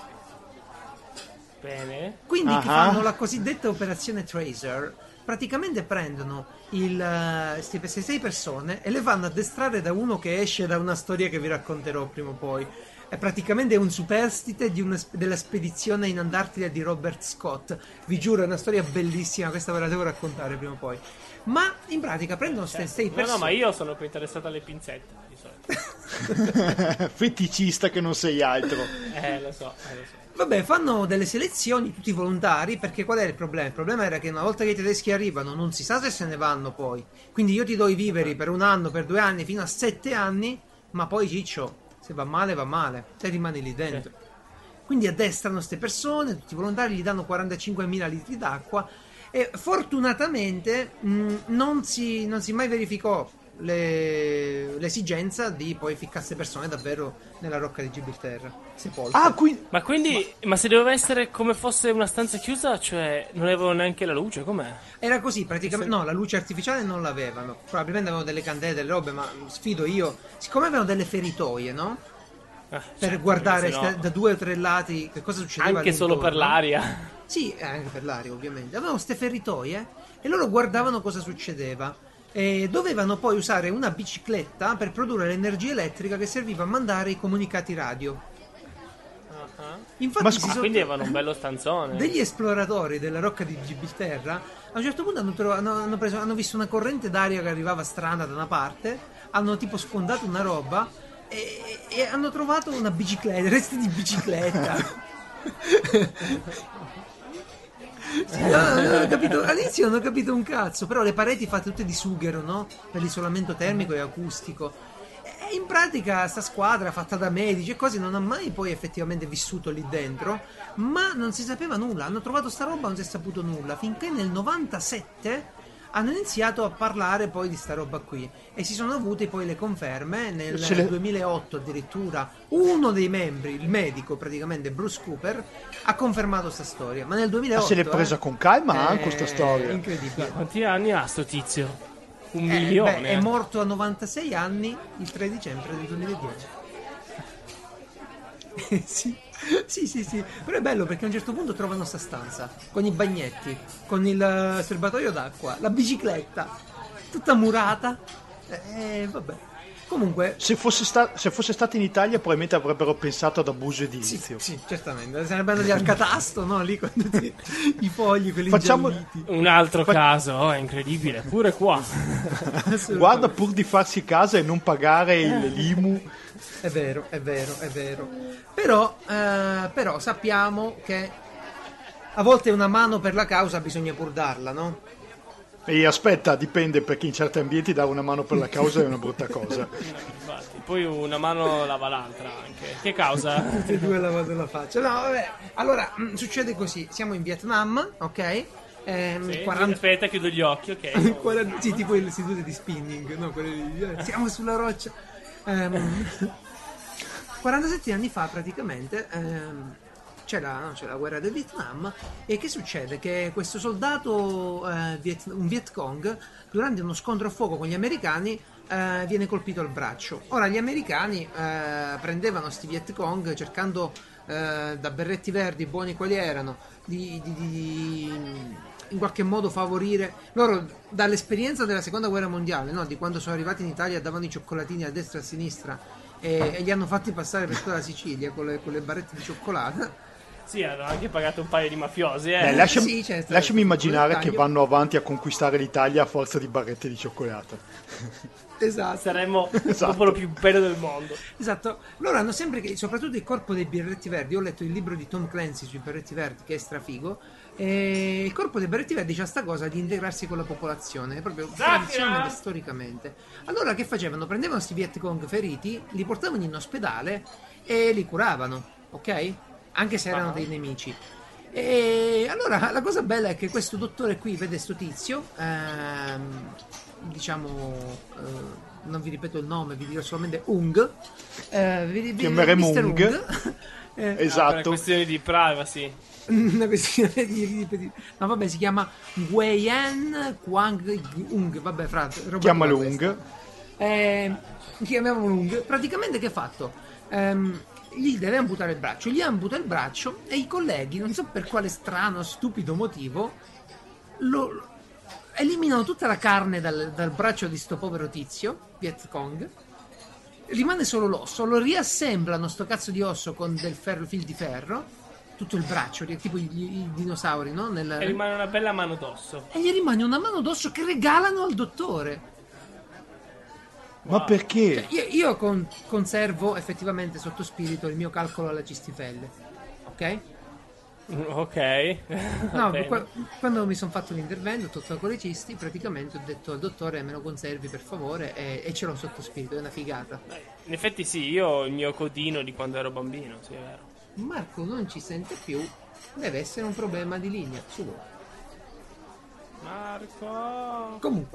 [SPEAKER 2] Bene.
[SPEAKER 1] Quindi che fanno la cosiddetta operazione Tracer. Praticamente prendono queste 6 persone e le fanno addestrare da uno che esce da una storia che vi racconterò prima o poi. È praticamente un superstite della spedizione in Antartide di Robert Scott. Vi giuro, è una storia bellissima, questa ve la devo raccontare prima o poi. Ma in pratica prendono queste 6 persone.
[SPEAKER 2] No, ma io sono più interessato alle pinzette di solito.
[SPEAKER 3] Feticista che non sei altro.
[SPEAKER 2] Lo so.
[SPEAKER 1] Vabbè, fanno delle selezioni tutti volontari, perché qual è il problema? Il problema era che una volta che i tedeschi arrivano non si sa se se ne vanno poi. Quindi io ti do i viveri per 1 anno, per 2 anni, fino a 7 anni, ma poi ciccio, se va male, te rimani lì dentro. Quindi addestrano queste persone, tutti i volontari, gli danno 45.000 litri d'acqua e fortunatamente non si mai verificò l'esigenza di poi ficcasse persone davvero nella rocca di Gibilterra, sepolte.
[SPEAKER 2] Ma se doveva essere come fosse una stanza chiusa, cioè non avevano neanche la luce, com'è?
[SPEAKER 1] Era così praticamente. No, la luce artificiale non l'avevano. Probabilmente avevano delle candele, delle robe, ma sfido io. Siccome avevano delle feritoie, no? Per
[SPEAKER 2] Certo,
[SPEAKER 1] guardare
[SPEAKER 2] perché
[SPEAKER 1] da 2 o 3 lati che cosa succedeva
[SPEAKER 2] anche solo per
[SPEAKER 1] all'intorno.
[SPEAKER 2] l'aria.
[SPEAKER 1] Sì, anche per l'aria, ovviamente. Avevano queste feritoie e loro guardavano cosa succedeva. E dovevano poi usare una bicicletta per produrre l'energia elettrica che serviva a mandare i comunicati radio. Infatti,
[SPEAKER 2] Quindi avevano un bello stanzone.
[SPEAKER 1] degli esploratori della rocca di Gibilterra a un certo punto hanno visto una corrente d'aria che arrivava strana da una parte, hanno tipo sfondato una roba e hanno trovato una bicicletta, resti di bicicletta. Sì, non ho capito, all'inizio non ho capito un cazzo, però le pareti fatte tutte di sughero, no? Per l'isolamento termico e acustico. E in pratica sta squadra fatta da medici e cose non ha mai poi effettivamente vissuto lì dentro, ma non si sapeva nulla, hanno trovato sta roba, non si è saputo nulla, finché nel 97 hanno iniziato a parlare poi di sta roba qui e si sono avute poi le conferme nel 2008 addirittura. Uno dei membri, il medico praticamente Bruce Cooper, ha confermato sta storia, ma nel 2008
[SPEAKER 3] se l'è presa con calma anche questa storia.
[SPEAKER 1] Incredibile.
[SPEAKER 2] Quanti anni ha sto tizio? 1 milione.
[SPEAKER 1] È morto a 96 anni il 3 dicembre del 2010. Sì, però è bello perché a un certo punto trovano sta stanza con i bagnetti, con il serbatoio d'acqua, la bicicletta tutta murata. Vabbè. Comunque,
[SPEAKER 3] se fosse stato in Italia probabilmente avrebbero pensato ad abuso edilizio.
[SPEAKER 1] sì, certamente. Sarebbero andati al catasto, no? Lì con tutti i fogli, quelli
[SPEAKER 3] Facciamo
[SPEAKER 1] ingialliti.
[SPEAKER 2] Un altro caso, è incredibile, pure qua.
[SPEAKER 3] Guarda, pur di farsi casa e non pagare l'IMU.
[SPEAKER 1] È vero. Però sappiamo che a volte una mano per la causa bisogna pur darla, no?
[SPEAKER 3] E aspetta, dipende, perché in certi ambienti dare una mano per la causa è una brutta cosa.
[SPEAKER 2] Infatti, poi una mano lava l'altra anche. Che causa?
[SPEAKER 1] Tutte e due lavate la faccia. No, vabbè. Allora, succede così. Siamo in Vietnam, ok?
[SPEAKER 2] Sì, aspetta, chiudo gli occhi, ok.
[SPEAKER 1] Sì, tipo le sedute di spinning, no? Siamo sulla roccia. 47 anni fa praticamente c'è la guerra del Vietnam e che succede? Che questo soldato, un Viet Cong, durante uno scontro a fuoco con gli americani viene colpito al braccio. Ora gli americani prendevano sti Viet Cong cercando da berretti verdi, buoni quali erano, di in qualche modo favorire loro dall'esperienza della seconda guerra mondiale, no? Di quando sono arrivati in Italia e davano i cioccolatini a destra e a sinistra e li hanno fatti passare per tutta la Sicilia con le barrette di cioccolata.
[SPEAKER 2] Sì, hanno anche pagato un paio di mafiosi,
[SPEAKER 3] lasciami,
[SPEAKER 1] Sì,
[SPEAKER 3] lasciami immaginare che vanno avanti a conquistare l'Italia a forza di barrette di cioccolata.
[SPEAKER 1] Esatto.
[SPEAKER 2] Saremmo il popolo più bello del mondo.
[SPEAKER 1] Esatto. Loro hanno sempre, soprattutto il corpo dei berretti verdi, ho letto il libro di Tom Clancy sui berretti verdi che è strafigo, e il corpo dei berretti verdi c'ha sta cosa di integrarsi con la popolazione, proprio tradizionalmente, storicamente. Allora che facevano? Prendevano questi Viet Cong feriti, li portavano in ospedale e li curavano, ok? Anche se erano dei nemici. E allora la cosa bella è che questo dottore qui vede sto tizio, non vi ripeto il nome, vi dirò solamente Ung.
[SPEAKER 3] Chiameremo Ung. Esatto.
[SPEAKER 2] Per questioni di privacy.
[SPEAKER 1] Una questione di no, vabbè, si chiama Nguyen Quang Ung. Vabbè, frate,
[SPEAKER 3] chiamalo Ung.
[SPEAKER 1] Chiamiamolo Ung. Praticamente che ha fatto? Gli deve amputare il braccio, gli amputa il braccio e i colleghi, non so per quale strano, stupido motivo, lo eliminano tutta la carne dal braccio di sto povero tizio, Viet Cong, rimane solo l'osso, lo riassemblano sto cazzo di osso con del ferro, fil di ferro, tutto il braccio, tipo i dinosauri, no?
[SPEAKER 2] E rimane una bella mano d'osso.
[SPEAKER 1] E gli rimane una mano d'osso che regalano al dottore.
[SPEAKER 3] Ma perché?
[SPEAKER 1] Cioè, io conservo effettivamente sotto spirito il mio calcolo alla cistifelle, ok?
[SPEAKER 2] Ok.
[SPEAKER 1] No, quando mi sono fatto l'intervento tutto con le cisti, praticamente ho detto al dottore me lo conservi per favore e ce l'ho sotto spirito, è una figata.
[SPEAKER 2] In effetti sì, io ho il mio codino di quando ero bambino, sì, è vero.
[SPEAKER 1] Marco non ci sente più, deve essere un problema di linea, su.
[SPEAKER 2] Marco.
[SPEAKER 1] Comunque,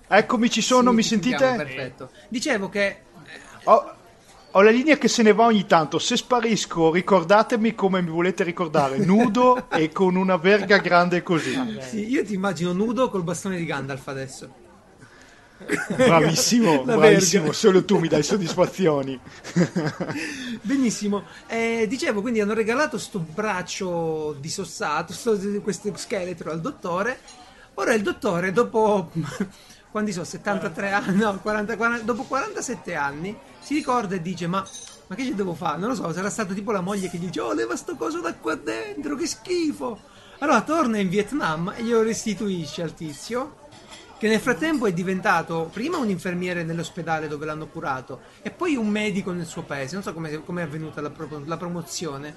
[SPEAKER 3] Eccomi, ci sono,
[SPEAKER 1] Sì,
[SPEAKER 3] mi
[SPEAKER 1] ti
[SPEAKER 3] sentite?
[SPEAKER 1] sentiamo, perfetto. Dicevo che
[SPEAKER 3] Ho la linea che se ne va ogni tanto. Se sparisco, ricordatemi come mi volete ricordare: nudo e con una verga grande così.
[SPEAKER 1] sì, io ti immagino nudo col bastone di Gandalf adesso.
[SPEAKER 3] Bravissimo,
[SPEAKER 1] La
[SPEAKER 3] bravissimo.
[SPEAKER 1] verga.
[SPEAKER 3] Solo tu mi dai soddisfazioni.
[SPEAKER 1] Benissimo. Dicevo, quindi hanno regalato sto braccio disossato, questo scheletro al dottore. Ora il dottore, dopo quanti sono? 73 anni? No, 40, dopo 47 anni si ricorda e dice: ma che ci devo fare? Non lo so, sarà stata tipo la moglie che dice: oh, leva sto coso da qua dentro, che schifo. Allora torna in Vietnam e glielo restituisce al tizio, che nel frattempo è diventato prima un infermiere nell'ospedale dove l'hanno curato e poi un medico nel suo paese. Non so come è avvenuta la promozione.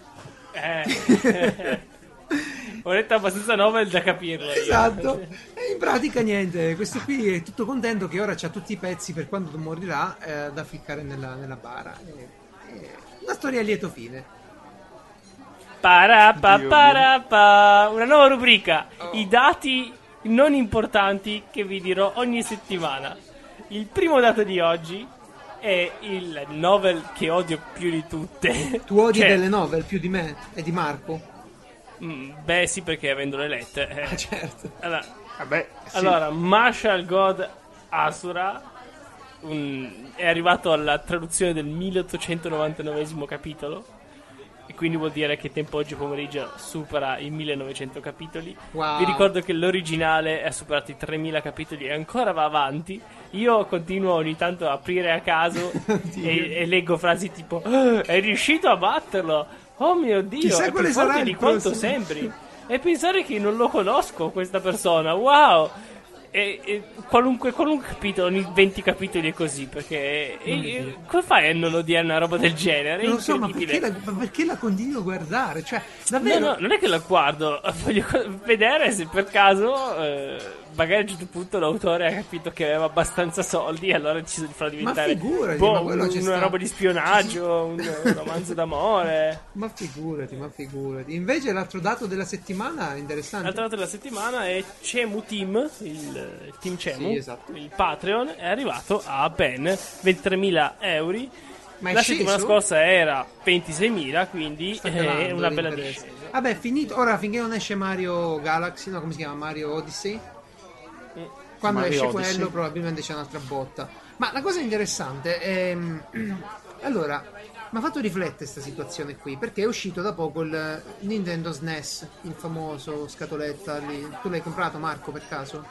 [SPEAKER 2] Ho detto abbastanza novel da capirlo.
[SPEAKER 1] Esatto. E in pratica niente, questo qui è tutto contento che ora c'ha tutti i pezzi per quando morirà da ficcare nella bara. Una storia a lieto fine.
[SPEAKER 2] Una nuova rubrica. I dati non importanti che vi dirò ogni settimana. Il primo dato di oggi è il novel che odio più di tutte.
[SPEAKER 1] Tu odi
[SPEAKER 2] Cioè,
[SPEAKER 1] delle novel più di me e di Marco?
[SPEAKER 2] Beh sì, perché avendole lette.
[SPEAKER 1] Certo.
[SPEAKER 2] Allora,
[SPEAKER 3] Vabbè, sì.
[SPEAKER 2] allora, Marshall God Asura è arrivato alla traduzione del 1899esimo capitolo. E quindi vuol dire che tempo oggi pomeriggio supera i 1900 capitoli.
[SPEAKER 1] Wow.
[SPEAKER 2] Vi ricordo che l'originale ha superato i 3000 capitoli e ancora va avanti. Io continuo ogni tanto a aprire a caso e leggo frasi tipo: "Ah, è riuscito a batterlo, oh mio Dio,
[SPEAKER 1] Chissà
[SPEAKER 2] è più
[SPEAKER 1] quale sarà
[SPEAKER 2] forte
[SPEAKER 1] il
[SPEAKER 2] di quanto
[SPEAKER 1] prossimo."
[SPEAKER 2] sembri". E pensare che non lo conosco questa persona, wow. E qualunque capitolo, ogni 20 capitoli è così, perché come fai a non odiare una roba del genere? È
[SPEAKER 1] Non lo so, ma
[SPEAKER 2] incredibile.
[SPEAKER 1] perché la continuo a guardare? Cioè, davvero?
[SPEAKER 2] No, non è che la guardo, voglio vedere se per caso magari a un certo punto l'autore ha capito che aveva abbastanza soldi e allora ha deciso di farla diventare
[SPEAKER 1] figurati, ma quello ci
[SPEAKER 2] una
[SPEAKER 1] sta.
[SPEAKER 2] roba di spionaggio, un romanzo d'amore.
[SPEAKER 1] Ma figurati. Invece l'altro dato della settimana è interessante.
[SPEAKER 2] L'altra volta della settimana è Cemu Team, il Team Cemu,
[SPEAKER 1] Sì, esatto.
[SPEAKER 2] il Patreon, è arrivato a ben 23.000 euro.
[SPEAKER 1] Ma è
[SPEAKER 2] La
[SPEAKER 1] sceso?
[SPEAKER 2] settimana scorsa era 26.000, quindi
[SPEAKER 1] Sta
[SPEAKER 2] è
[SPEAKER 1] calando
[SPEAKER 2] una bella
[SPEAKER 1] l'interesse.
[SPEAKER 2] discesa.
[SPEAKER 1] Vabbè, finito. Ora finché non esce Mario Galaxy, no, come si chiama? Mario Odyssey. Quando
[SPEAKER 3] Mario
[SPEAKER 1] esce
[SPEAKER 3] Odyssey.
[SPEAKER 1] quello probabilmente c'è un'altra botta. Ma la cosa interessante è... Allora, mi ha fatto riflettere questa situazione qui, perché è uscito da poco il Nintendo SNES, il famoso scatoletta lì. Tu l'hai comprato, Marco, per caso?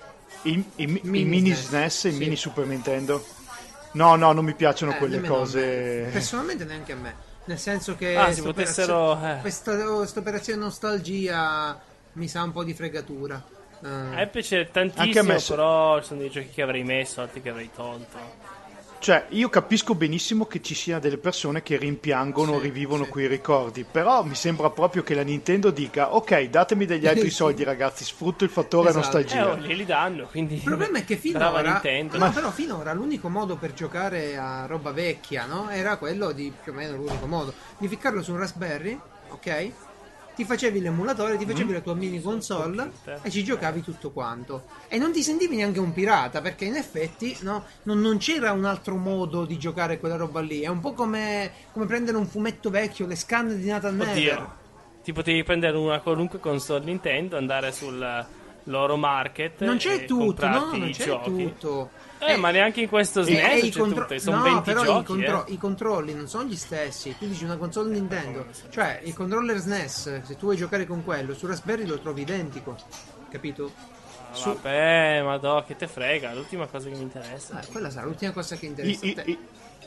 [SPEAKER 3] I
[SPEAKER 1] Mini
[SPEAKER 3] mini
[SPEAKER 1] SNES,
[SPEAKER 3] SNES, i
[SPEAKER 1] sì.
[SPEAKER 3] mini Super Nintendo. No, non mi piacciono quelle
[SPEAKER 1] Nemmeno a me.
[SPEAKER 3] cose.
[SPEAKER 1] Personalmente neanche a me. Nel senso che
[SPEAKER 2] Ah, si potessero,
[SPEAKER 1] questa operazione nostalgia mi sa un po' di fregatura.
[SPEAKER 2] A me piace
[SPEAKER 3] Anche a
[SPEAKER 2] tantissimo,
[SPEAKER 3] me
[SPEAKER 2] però ci sono dei giochi che avrei messo, altri che avrei tolto.
[SPEAKER 3] Cioè, io capisco benissimo che ci siano delle persone che rimpiangono,
[SPEAKER 1] Sì,
[SPEAKER 3] rivivono
[SPEAKER 1] sì.
[SPEAKER 3] quei ricordi, però mi sembra proprio che la Nintendo dica: ok, datemi degli altri
[SPEAKER 1] Sì.
[SPEAKER 3] soldi, ragazzi, sfrutto il fattore
[SPEAKER 1] Esatto.
[SPEAKER 3] nostalgia.
[SPEAKER 2] Glieli danno, quindi...
[SPEAKER 1] Il problema è che
[SPEAKER 2] Brava
[SPEAKER 1] finora,
[SPEAKER 2] Nintendo.
[SPEAKER 1] no, però finora l'unico modo per giocare a roba vecchia, no? Era quello di, più o meno l'unico modo, di ficcarlo su un Raspberry, ok? Ti facevi l'emulatore, ti facevi la tua mini console
[SPEAKER 2] computer.
[SPEAKER 1] e ci giocavi tutto quanto. E non ti sentivi neanche un pirata, perché in effetti no, non c'era un altro modo di giocare quella roba lì. È un po' come prendere un fumetto vecchio, le scan di Nathan Never.
[SPEAKER 2] Oddio, ti potevi prendere una qualunque console Nintendo, andare sul loro market
[SPEAKER 1] Non c'è
[SPEAKER 2] e
[SPEAKER 1] tutto, no,
[SPEAKER 2] comprarti
[SPEAKER 1] non
[SPEAKER 2] i
[SPEAKER 1] c'è
[SPEAKER 2] giochi.
[SPEAKER 1] tutto.
[SPEAKER 2] Ma neanche in questo
[SPEAKER 1] E
[SPEAKER 2] SNES
[SPEAKER 1] i
[SPEAKER 2] c'è
[SPEAKER 1] contro-
[SPEAKER 2] tutto, sono
[SPEAKER 1] no,
[SPEAKER 2] 20
[SPEAKER 1] però
[SPEAKER 2] giochi,
[SPEAKER 1] i controlli non sono gli stessi. Tu dici una console Nintendo, cioè il controller SNES, se tu vuoi giocare con quello su Raspberry lo trovi identico, capito?
[SPEAKER 2] Vabbè, madò, che te frega, l'ultima cosa che mi interessa.
[SPEAKER 1] Quella sarà l'ultima cosa che interessa a te.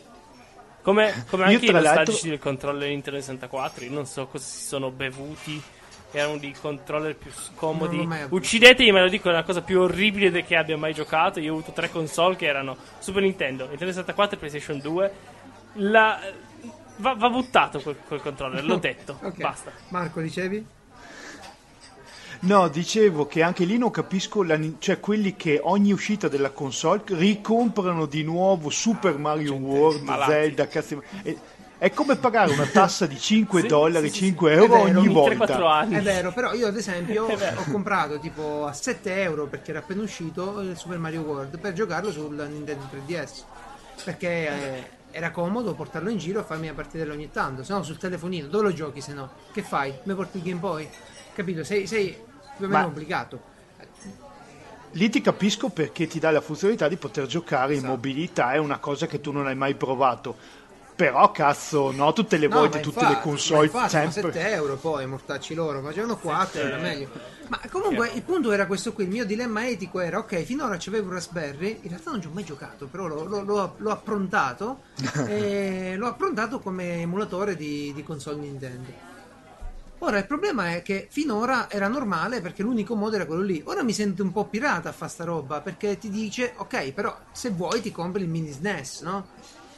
[SPEAKER 2] Come anche i
[SPEAKER 3] tra l'altro-
[SPEAKER 2] nostalgici del controller Nintendo 64, io non so cosa si sono bevuti. Erano dei controller più scomodi.
[SPEAKER 1] Non l'ho mai avuto.
[SPEAKER 2] Uccidetemi, me lo dico, è la cosa più orribile che abbia mai giocato. Io ho avuto 3 console che erano Super Nintendo, Nintendo 64 e PlayStation 2. Va buttato quel controller, l'ho detto.
[SPEAKER 1] Ok.
[SPEAKER 2] Basta.
[SPEAKER 1] Marco, dicevi?
[SPEAKER 3] No, dicevo che anche lì non capisco, cioè quelli che ogni uscita della console ricomprano di nuovo Super Mario World,
[SPEAKER 2] malati.
[SPEAKER 3] Zelda, cazzi. È come pagare una tassa di 5
[SPEAKER 2] Sì,
[SPEAKER 3] dollari,
[SPEAKER 2] sì,
[SPEAKER 3] 5
[SPEAKER 1] È
[SPEAKER 3] euro
[SPEAKER 1] vero,
[SPEAKER 3] ogni
[SPEAKER 1] ogni
[SPEAKER 2] 3-4
[SPEAKER 3] volta.
[SPEAKER 2] anni.
[SPEAKER 1] È vero, però io ad esempio
[SPEAKER 2] È vero.
[SPEAKER 1] ho comprato tipo a 7 euro perché era appena uscito il Super Mario World per giocarlo sul Nintendo 3DS. Perché era comodo portarlo in giro e farmi la partita ogni tanto. Se no sul telefonino, dove lo giochi se no? Che fai? Mi porti il Game Boy? Capito? Sei più o meno
[SPEAKER 3] Ma-
[SPEAKER 1] obbligato.
[SPEAKER 3] Lì ti capisco perché ti dà la funzionalità di poter giocare in
[SPEAKER 1] Esatto.
[SPEAKER 3] mobilità, è una cosa che tu non hai mai provato. Però cazzo, no, tutte le
[SPEAKER 1] No,
[SPEAKER 3] volte,
[SPEAKER 1] ma
[SPEAKER 3] tutte
[SPEAKER 1] infatti,
[SPEAKER 3] le console
[SPEAKER 1] ma
[SPEAKER 3] sempre.
[SPEAKER 1] 7 euro poi, mortacci loro, facevano 4, era meglio. Ma comunque
[SPEAKER 2] Sì.
[SPEAKER 1] il punto era questo qui, il mio dilemma etico era, ok, finora c'avevo un Raspberry, in realtà non ci ho mai giocato, però l'ho approntato, e l'ho approntato come emulatore di console Nintendo. Ora il problema è che finora era normale perché l'unico modo era quello lì. Ora mi sento un po' pirata a fare sta roba perché ti dice, ok, però se vuoi ti compri il mini SNES, no?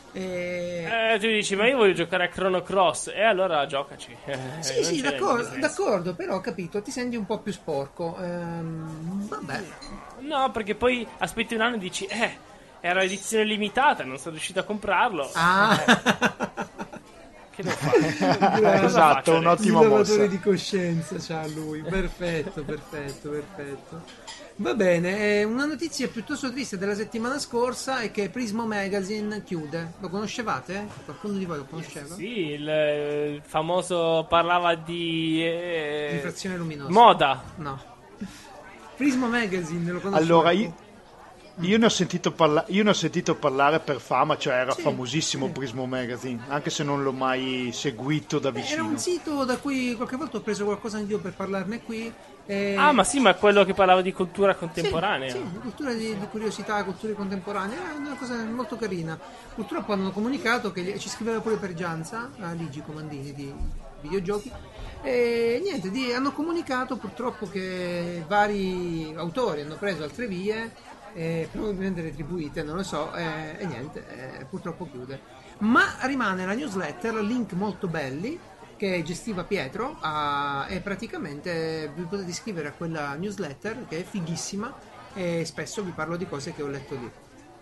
[SPEAKER 2] Tu dici, ma io voglio giocare a Chrono Cross, e allora giocaci.
[SPEAKER 1] Sì,
[SPEAKER 2] Non
[SPEAKER 1] sì,
[SPEAKER 2] c'è
[SPEAKER 1] d'accordo,
[SPEAKER 2] business.
[SPEAKER 1] d'accordo, però ho capito, ti senti un po' più sporco. Vabbè.
[SPEAKER 2] No, perché poi aspetti un anno e dici, era edizione limitata, non sono riuscito a comprarlo.
[SPEAKER 1] Ah,
[SPEAKER 2] Che devo fare? Cosa
[SPEAKER 3] Esatto,
[SPEAKER 2] faccio adesso?
[SPEAKER 3] un'ottima
[SPEAKER 1] lavoratore
[SPEAKER 3] mossa.
[SPEAKER 1] di coscienza c'ha lui. Perfetto, perfetto, perfetto. Va bene, una notizia piuttosto triste della settimana scorsa è che Prismo Magazine chiude. Lo conoscevate? Qualcuno di voi lo conosceva?
[SPEAKER 2] Sì, il famoso parlava di
[SPEAKER 1] Rifrazione luminosa.
[SPEAKER 2] moda.
[SPEAKER 1] No. Prismo Magazine lo conosco.
[SPEAKER 3] Allora, io ne ho sentito parlare per fama, cioè era
[SPEAKER 1] Sì,
[SPEAKER 3] famosissimo
[SPEAKER 1] sì.
[SPEAKER 3] Prismo Magazine, anche se non l'ho mai seguito da
[SPEAKER 1] Era
[SPEAKER 3] vicino.
[SPEAKER 1] un sito da cui qualche volta ho preso qualcosa anch'io per parlarne qui.
[SPEAKER 2] Ah, ma sì, ma quello che parlava di cultura contemporanea.
[SPEAKER 1] Sì, sì, cultura di curiosità, culture contemporanee, è una cosa molto carina. Purtroppo hanno comunicato che ci scriveva pure per Gianza, a Ligi Comandini di videogiochi, e niente, hanno comunicato purtroppo che vari autori hanno preso altre vie, probabilmente retribuite, non lo so, e niente, purtroppo chiude. Ma rimane la newsletter, link molto belli, che gestiva Pietro e praticamente vi potete iscrivere a quella newsletter che è fighissima e spesso vi parlo di cose che ho letto lì.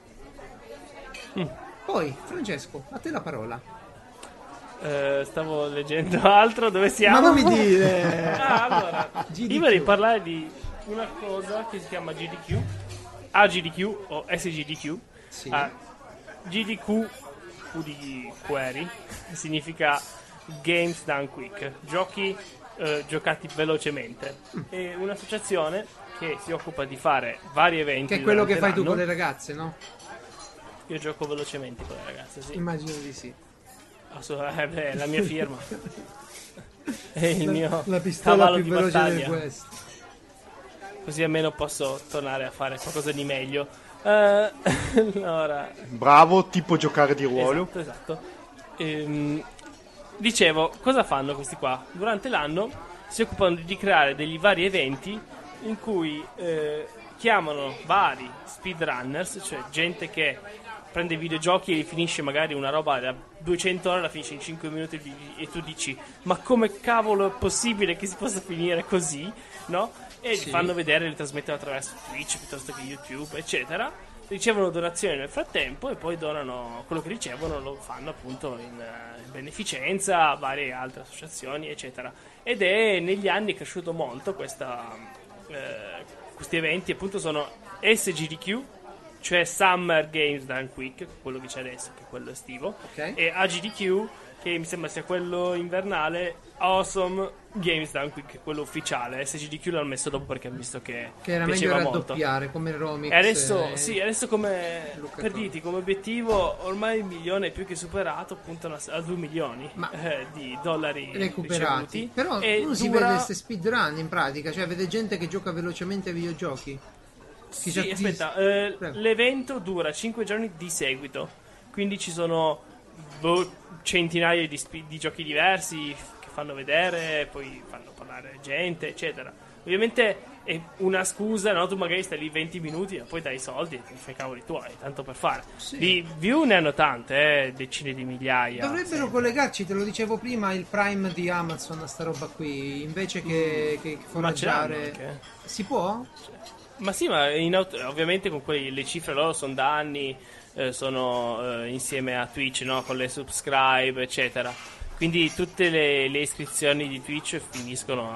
[SPEAKER 1] Poi Francesco, a te la parola.
[SPEAKER 2] Stavo leggendo altro, dove siamo?
[SPEAKER 1] Ma non mi dire
[SPEAKER 2] Allora,
[SPEAKER 1] GDQ.
[SPEAKER 2] io vorrei parlare di una cosa che si chiama GDQ, AGDQ o SGDQ.
[SPEAKER 1] Sì.
[SPEAKER 2] GDQ, Q di query, significa Games Done Quick, giochi giocati velocemente. È un'associazione che si occupa di fare vari eventi.
[SPEAKER 1] Che è quello
[SPEAKER 2] durante
[SPEAKER 1] che fai tu
[SPEAKER 2] l'anno.
[SPEAKER 1] con le ragazze, no?
[SPEAKER 2] Io gioco velocemente con le ragazze, sì.
[SPEAKER 1] Immagino di sì.
[SPEAKER 2] Beh, la mia firma. È il mio
[SPEAKER 1] La pistola
[SPEAKER 2] cavallo
[SPEAKER 1] più
[SPEAKER 2] di
[SPEAKER 1] veloce
[SPEAKER 2] battaglia.
[SPEAKER 1] del West.
[SPEAKER 2] Così almeno posso tornare a fare qualcosa di meglio. Allora,
[SPEAKER 3] Bravo, tipo giocare di ruolo.
[SPEAKER 2] esatto. Dicevo, cosa fanno questi qua? Durante l'anno si occupano di creare degli vari eventi in cui chiamano vari speedrunners, cioè gente che prende i videogiochi e finisce magari una roba da 200 ore, la finisce in 5 minuti e tu dici, ma come cavolo è possibile che si possa finire così, no? E
[SPEAKER 1] Sì.
[SPEAKER 2] li fanno vedere, li trasmettono attraverso Twitch piuttosto che YouTube, eccetera. Ricevono donazioni nel frattempo e poi donano quello che ricevono, lo fanno appunto in beneficenza a varie altre associazioni, eccetera. Ed è negli anni cresciuto molto questi eventi, appunto sono SGDQ, cioè Summer Games Done Quick, quello che c'è adesso, che è quello estivo,
[SPEAKER 1] Ok.
[SPEAKER 2] e AGDQ, che mi sembra sia quello invernale, Awesome Games Done Quick, quello ufficiale. SGDQ l'hanno messo dopo perché hanno visto che
[SPEAKER 1] Che era meglio
[SPEAKER 2] piaceva molto.
[SPEAKER 1] raddoppiare come Romix.
[SPEAKER 2] E adesso, sì, adesso come
[SPEAKER 1] Luca
[SPEAKER 2] per
[SPEAKER 1] Toni.
[SPEAKER 2] dirti, come obiettivo, ormai il milione è più che superato, puntano a 2 milioni
[SPEAKER 1] Ma-
[SPEAKER 2] di dollari
[SPEAKER 1] recuperati.
[SPEAKER 2] ricevuti.
[SPEAKER 1] Però
[SPEAKER 2] E
[SPEAKER 1] uno si
[SPEAKER 2] dura-
[SPEAKER 1] vede queste speedrun in pratica, cioè vede gente che gioca velocemente ai videogiochi. Che
[SPEAKER 2] Sì,
[SPEAKER 1] già ti-
[SPEAKER 2] aspetta,
[SPEAKER 1] Prego.
[SPEAKER 2] l'evento dura 5 giorni di seguito, quindi ci sono centinaia di giochi diversi che fanno vedere, poi fanno parlare gente, eccetera. Ovviamente è una scusa, no? Tu magari stai lì 20 minuti e poi dai i soldi e ti fai i cavoli tuoi, tanto per fare.
[SPEAKER 1] Sì.
[SPEAKER 2] Di view ne hanno tante, decine di migliaia.
[SPEAKER 1] Dovrebbero collegarci, te lo dicevo prima, il Prime di Amazon a sta roba qui, invece che
[SPEAKER 2] Ma ce l'hanno
[SPEAKER 1] foraggiare.
[SPEAKER 2] anche.
[SPEAKER 1] Si può?
[SPEAKER 2] Ma sì, ma ovviamente con le cifre loro sono da anni, sono insieme a Twitch, no? Con le subscribe eccetera, quindi tutte le iscrizioni di Twitch finiscono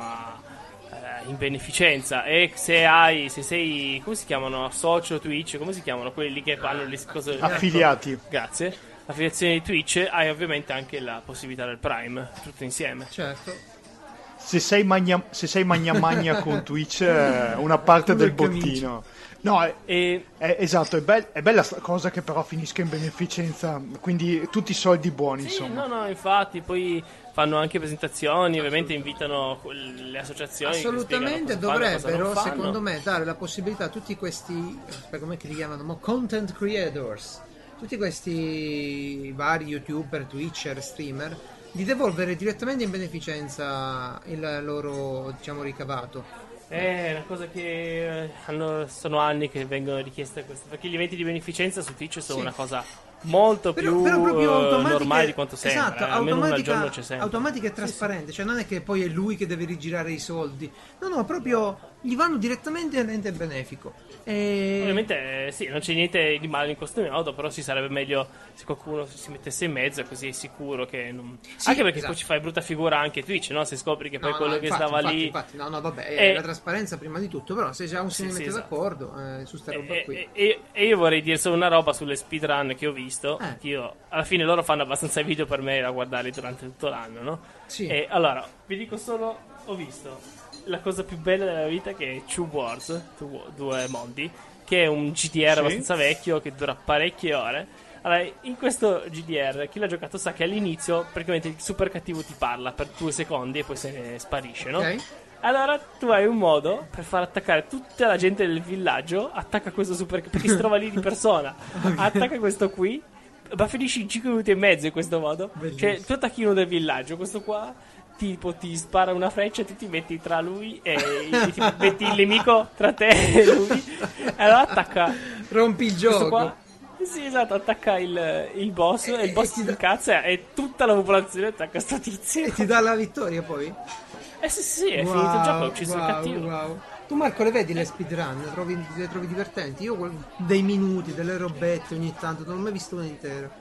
[SPEAKER 2] in beneficenza. E se sei, come si chiamano, socio Twitch, come si chiamano quelli che fanno le cose,
[SPEAKER 3] affiliati,
[SPEAKER 2] grazie, affiliazioni di Twitch, hai ovviamente anche la possibilità del Prime, tutto insieme.
[SPEAKER 1] Certo.
[SPEAKER 3] Se sei magna con Twitch, una parte del bottino. No, esatto, è bella sta cosa che però finisca in beneficenza, quindi tutti i soldi buoni,
[SPEAKER 2] sì,
[SPEAKER 3] insomma.
[SPEAKER 2] No, infatti, poi fanno anche presentazioni, ovviamente invitano le associazioni.
[SPEAKER 1] Assolutamente
[SPEAKER 2] che
[SPEAKER 1] dovrebbero, secondo me, dare la possibilità a tutti questi, come li chiamano, content creators, tutti questi vari youtuber, twitcher, streamer, di devolvere direttamente in beneficenza il loro, diciamo, ricavato.
[SPEAKER 2] È una cosa che sono anni che vengono richieste queste, perché gli eventi di beneficenza su Twitch sono una cosa molto più normale di quanto sembra.
[SPEAKER 1] Esatto,
[SPEAKER 2] almeno una al giorno c'è sempre.
[SPEAKER 1] Automatica e trasparente, cioè non è che poi è lui che deve rigirare i soldi, no, proprio gli vanno direttamente all'ente benefico.
[SPEAKER 2] Ovviamente sì, non c'è niente di male in questo modo, però si sarebbe meglio se qualcuno si mettesse in mezzo, così è sicuro che non...
[SPEAKER 1] Sì,
[SPEAKER 2] anche perché
[SPEAKER 1] esatto.
[SPEAKER 2] Poi ci fai brutta figura anche Twitch, no? Se scopri che poi quello che stava lì...
[SPEAKER 1] Infatti, vabbè, la trasparenza prima di tutto, però se già si mette
[SPEAKER 2] esatto.
[SPEAKER 1] d'accordo su sta roba qui.
[SPEAKER 2] E io vorrei dire solo una roba sulle speedrun che ho visto, che io, alla fine loro fanno abbastanza video per me da guardarli durante tutto l'anno, no?
[SPEAKER 1] Sì.
[SPEAKER 2] E allora, vi dico solo, ho visto la cosa più bella della vita, che è Two Worlds, due mondi, che è un GDR abbastanza vecchio che dura parecchie ore. Allora, in questo GDR chi l'ha giocato sa che all'inizio praticamente il super cattivo ti parla per 2 secondi e poi se ne sparisce, no?
[SPEAKER 1] Ok.
[SPEAKER 2] Allora tu hai un modo per far attaccare tutta la gente del villaggio. Attacca questo super, perché si trova lì di persona. Attacca questo qui, ma finisci in 5 minuti e mezzo in questo modo.
[SPEAKER 1] Bellissimo.
[SPEAKER 2] Cioè tu attacchi uno del villaggio, questo qua tipo ti spara una freccia e tu ti metti tra lui e ti metti il nemico tra te e lui. Allora attacca,
[SPEAKER 1] Rompi il
[SPEAKER 2] questo
[SPEAKER 1] gioco.
[SPEAKER 2] qua. Sì, esatto, attacca il boss e il boss ti cazza e tutta la popolazione attacca sto tizio.
[SPEAKER 1] E ti dà la vittoria poi?
[SPEAKER 2] Sì, è finito il gioco, ho ucciso il cattivo.
[SPEAKER 1] Wow. Tu Marco le vedi le speedrun? Le trovi divertenti? Io dei minuti, delle robette ogni tanto, non ho mai visto una intera.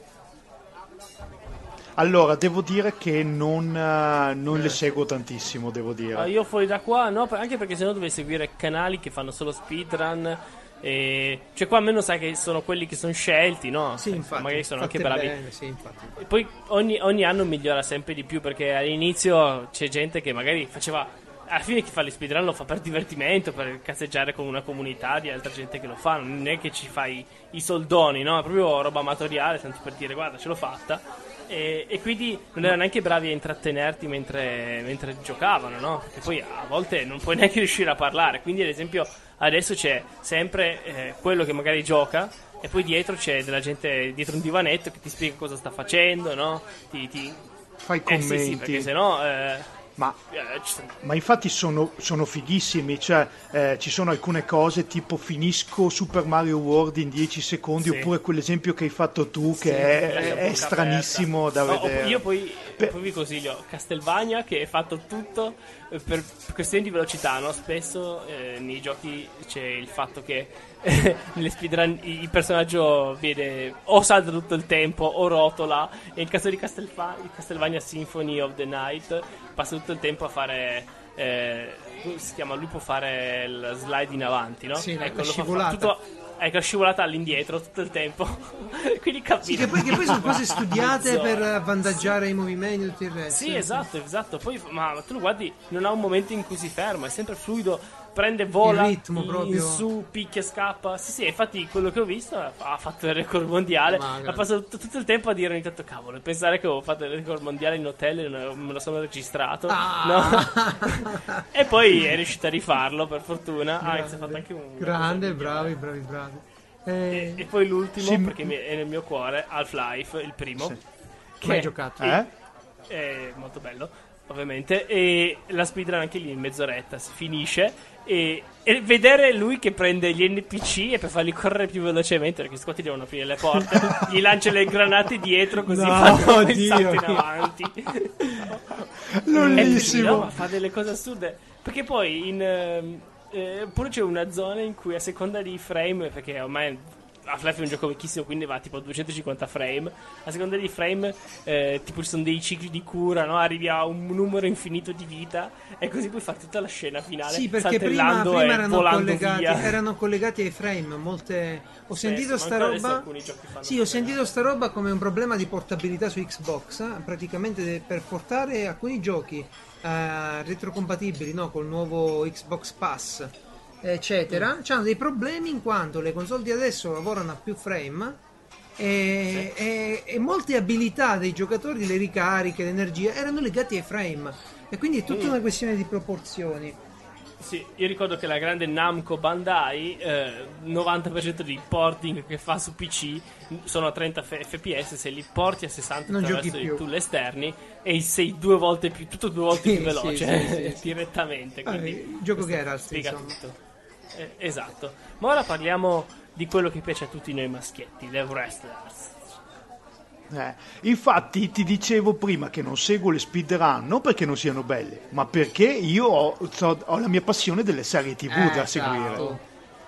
[SPEAKER 3] Allora, devo dire che non le seguo tantissimo, devo dire.
[SPEAKER 2] Io fuori da qua no, anche perché sennò dovrei seguire canali che fanno solo speedrun. Cioè qua almeno sai che sono quelli che sono scelti, no?
[SPEAKER 1] Sì, infatti.
[SPEAKER 2] Magari sono anche bravi.
[SPEAKER 1] Bene, sì, infatti.
[SPEAKER 2] E poi ogni anno migliora sempre di più, perché all'inizio c'è gente che magari faceva... Alla fine chi fa le speedrun lo fa per divertimento, per cazzeggiare con una comunità di altra gente che lo fa. Non è che ci fai i soldoni, no? È proprio roba amatoriale, tanto per dire guarda ce l'ho fatta. E quindi non erano neanche bravi a intrattenerti mentre giocavano, no? Perché poi a volte non puoi neanche riuscire a parlare. Quindi ad esempio adesso c'è sempre quello che magari gioca e poi dietro c'è della gente dietro un divanetto che ti spiega cosa sta facendo, no?
[SPEAKER 3] Fai commenti.
[SPEAKER 2] Sì, perché sennò
[SPEAKER 3] Ma infatti sono fighissimi, cioè ci sono alcune cose tipo finisco Super Mario World in 10 secondi, oppure quell'esempio che hai fatto tu che è stranissimo da vedere.
[SPEAKER 2] Io poi vi consiglio Castlevania, che è fatto tutto per questioni di velocità, no? Spesso nei giochi c'è il fatto che nelle speedrun il personaggio viene o salta tutto il tempo o rotola, e in caso di Castlevania Symphony of the Night passa tutto il tempo a fare come si chiama? Lui può fare il slide in avanti, no?
[SPEAKER 1] Sì,
[SPEAKER 2] ecco,
[SPEAKER 1] la scivolata.
[SPEAKER 2] La scivolata all'indietro tutto il tempo. Quindi
[SPEAKER 1] Sì, che poi sono cose studiate per avvantaggiare i movimenti e tutto il resto.
[SPEAKER 2] Sì, esatto. Poi, ma tu lo guardi, non ha un momento in cui si ferma, è sempre fluido, prende, vola,
[SPEAKER 1] il ritmo proprio.
[SPEAKER 2] in su, picchia, scappa. Sì, infatti quello che ho visto ha fatto il record mondiale. Ha passato tutto il tempo a dire ogni tanto cavolo, pensare che avevo fatto il record mondiale in hotel e non me lo sono registrato. No? E poi è riuscito a rifarlo, per fortuna. Si è fatto anche un
[SPEAKER 1] grande, bravi.
[SPEAKER 2] E poi l'ultimo, perché è nel mio cuore, Half-Life, il primo.
[SPEAKER 1] Che hai giocato?
[SPEAKER 2] È molto bello, ovviamente. E la speedrun anche lì in mezz'oretta si finisce. E vedere lui che prende gli NPC e per farli correre più velocemente, perché squatti devono aprire le porte, gli lancia le granate dietro, così fanno il salto in avanti.
[SPEAKER 3] Bellissimo.
[SPEAKER 2] Ma fa delle cose assurde, perché poi pure c'è una zona in cui a seconda dei frame, perché ormai Half-Life è un gioco vecchissimo, quindi va tipo a 250 frame. A seconda dei frame, tipo ci sono dei cicli di cura, no? Arrivi a un numero infinito di vita e così puoi fare tutta la scena finale.
[SPEAKER 1] Sì, perché prima
[SPEAKER 2] saltellando e
[SPEAKER 1] erano
[SPEAKER 2] volando via.
[SPEAKER 1] erano collegati ai frame. Ho sentito sta
[SPEAKER 2] ancora adesso
[SPEAKER 1] roba.
[SPEAKER 2] alcuni giochi fanno
[SPEAKER 1] Sì, ho sentito sta roba come un problema di portabilità su Xbox. Praticamente per portare alcuni giochi retrocompatibili, no, col nuovo Xbox Pass, eccetera, c'hanno dei problemi in quanto le console di adesso lavorano a più frame e molte abilità dei giocatori, le ricariche, l'energia erano legate ai frame e quindi è tutta una questione di proporzioni.
[SPEAKER 2] Sì, io ricordo che la grande Namco Bandai, 90% dei porting che fa su PC sono a 30 fps, se li porti a 60
[SPEAKER 1] Non
[SPEAKER 2] attraverso
[SPEAKER 1] giochi
[SPEAKER 2] i
[SPEAKER 1] più.
[SPEAKER 2] tool esterni e sei due volte più
[SPEAKER 1] Sì,
[SPEAKER 2] veloce
[SPEAKER 1] sì.
[SPEAKER 2] direttamente. Quindi
[SPEAKER 1] Il gioco
[SPEAKER 2] questo
[SPEAKER 1] Geralt,
[SPEAKER 2] spiega
[SPEAKER 1] insomma.
[SPEAKER 2] tutto. Esatto. Ma ora parliamo di quello che piace a tutti noi maschietti, le wrestlers.
[SPEAKER 3] Infatti ti dicevo prima che non seguo le speedrun non perché non siano belle, ma perché io ho la mia passione delle serie TV da seguire.
[SPEAKER 1] Esatto.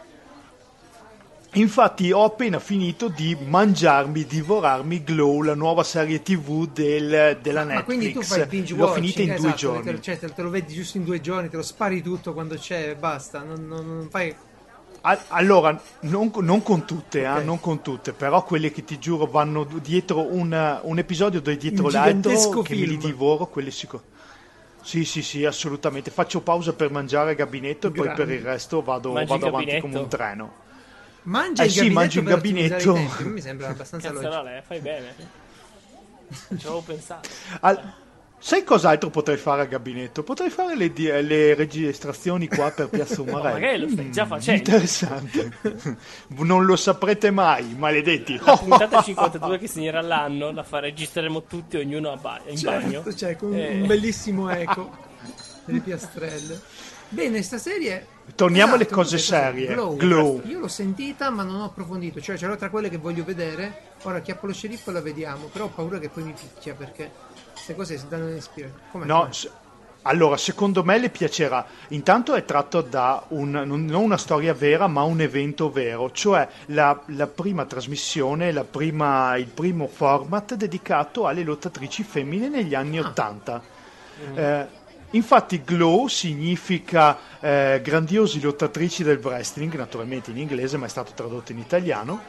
[SPEAKER 3] Infatti ho appena finito di divorarmi Glow, la nuova serie TV della Netflix.
[SPEAKER 1] Ma quindi tu fai il binge
[SPEAKER 3] L'ho
[SPEAKER 1] watching,
[SPEAKER 3] finita in 2
[SPEAKER 1] esatto,
[SPEAKER 3] giorni.
[SPEAKER 1] te lo vedi giusto in 2 giorni, te lo spari tutto quando c'è e basta, non fai.
[SPEAKER 3] Allora, non con tutte,
[SPEAKER 1] Ok.
[SPEAKER 3] non con tutte, però quelle che ti giuro vanno dietro un episodio dietro
[SPEAKER 1] Un
[SPEAKER 3] l'altro
[SPEAKER 1] gigantesco
[SPEAKER 3] che me li
[SPEAKER 1] film.
[SPEAKER 3] divoro, quelli sicuro. Sì, assolutamente. Faccio pausa per mangiare a gabinetto e poi
[SPEAKER 1] Grande.
[SPEAKER 3] per il resto vado
[SPEAKER 2] Mangi in
[SPEAKER 3] avanti
[SPEAKER 2] gabinetto?
[SPEAKER 3] come un treno.
[SPEAKER 1] Mangia il
[SPEAKER 3] sì,
[SPEAKER 1] gabinetto
[SPEAKER 3] mangio in
[SPEAKER 1] per ottimizzare
[SPEAKER 3] gabinetto.
[SPEAKER 1] i tempi, mi sembra abbastanza logico.
[SPEAKER 2] Cazzarola, fai bene. Ci avevo pensato.
[SPEAKER 3] Sai cos'altro potrei fare a gabinetto? Potrei fare le registrazioni qua per Piazza Umarelli.
[SPEAKER 2] magari lo stai già facendo.
[SPEAKER 3] Interessante. Non lo saprete mai, maledetti.
[SPEAKER 2] La puntata 52 che segnerà l'anno la registreremo tutti, ognuno in bagno.
[SPEAKER 1] Cioè, con un bellissimo eco delle piastrelle. Bene, sta serie.
[SPEAKER 3] Torniamo alle
[SPEAKER 1] Esatto,
[SPEAKER 3] cose serie.
[SPEAKER 1] Glow.
[SPEAKER 3] Glow.
[SPEAKER 1] Io l'ho sentita, ma non ho approfondito. Cioè, c'era tra quelle che voglio vedere. Ora chiappo lo sceriffo e la vediamo. Però ho paura che poi mi picchia perché queste cose si danno ispirazione. Com'è?
[SPEAKER 3] No,
[SPEAKER 1] Com'è?
[SPEAKER 3] allora, secondo me le piacerà. Intanto è tratto da non una storia vera, ma un evento vero, cioè la prima trasmissione, il primo format dedicato alle lottatrici femmine negli anni '80. Infatti Glow significa grandiosi lottatrici del wrestling, naturalmente in inglese, ma è stato tradotto in italiano,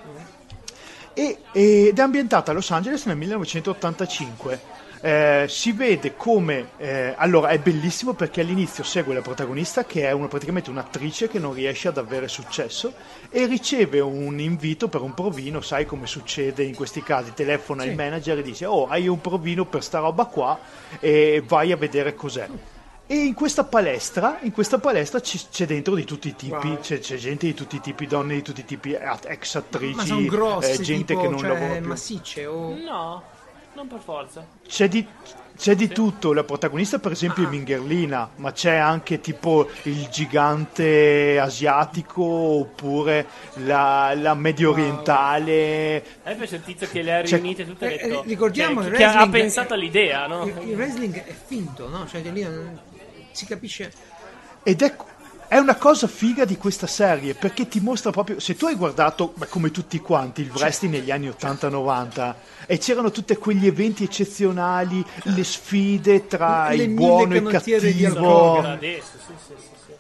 [SPEAKER 3] ed è ambientata a Los Angeles nel 1985. Si vede come allora è bellissimo perché all'inizio segue la protagonista che è praticamente un'attrice che non riesce ad avere successo e riceve un invito per un provino, sai come succede in questi casi, telefona il manager e dice: oh, hai un provino per sta roba qua e vai a vedere cos'è. E in questa palestra c'è dentro di tutti i tipi,
[SPEAKER 1] Wow.
[SPEAKER 3] c'è gente di tutti i tipi, donne di tutti i tipi, ex attrici,
[SPEAKER 1] Ma sono grosse,
[SPEAKER 3] gente
[SPEAKER 1] tipo,
[SPEAKER 3] che non
[SPEAKER 1] cioè,
[SPEAKER 3] lavora più.
[SPEAKER 1] massicce o.
[SPEAKER 2] No, non per forza.
[SPEAKER 3] C'è di tutto, la protagonista per esempio è mingherlina, ma c'è anche tipo il gigante asiatico oppure la medio orientale.
[SPEAKER 2] A me piace il tizio che le ha riunite tutte e detto.
[SPEAKER 1] Ricordiamo
[SPEAKER 2] che,
[SPEAKER 1] il
[SPEAKER 2] che ha
[SPEAKER 1] wrestling
[SPEAKER 2] pensato all'idea, no?
[SPEAKER 1] Il wrestling è finto, no? Cioè lì non si capisce.
[SPEAKER 3] Ed è una cosa figa di questa serie perché ti mostra proprio, se tu hai guardato come tutti quanti il wrestling negli anni 80-90 e c'erano tutti quegli eventi eccezionali, le sfide tra
[SPEAKER 1] Le
[SPEAKER 3] il
[SPEAKER 1] mille
[SPEAKER 3] buono e il
[SPEAKER 1] canottiere di
[SPEAKER 3] cattivo.
[SPEAKER 1] alcol.
[SPEAKER 2] Adesso, sì.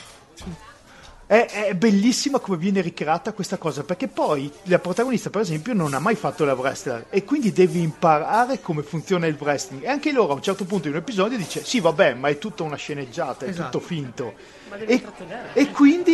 [SPEAKER 3] È bellissima come viene ricreata questa cosa perché poi la protagonista per esempio non ha mai fatto la wrestler e quindi devi imparare come funziona il wrestling e anche loro a un certo punto in un episodio dice sì vabbè ma è tutta una sceneggiata, è
[SPEAKER 1] Esatto.
[SPEAKER 3] tutto finto
[SPEAKER 2] Ma devi trattenere.
[SPEAKER 3] e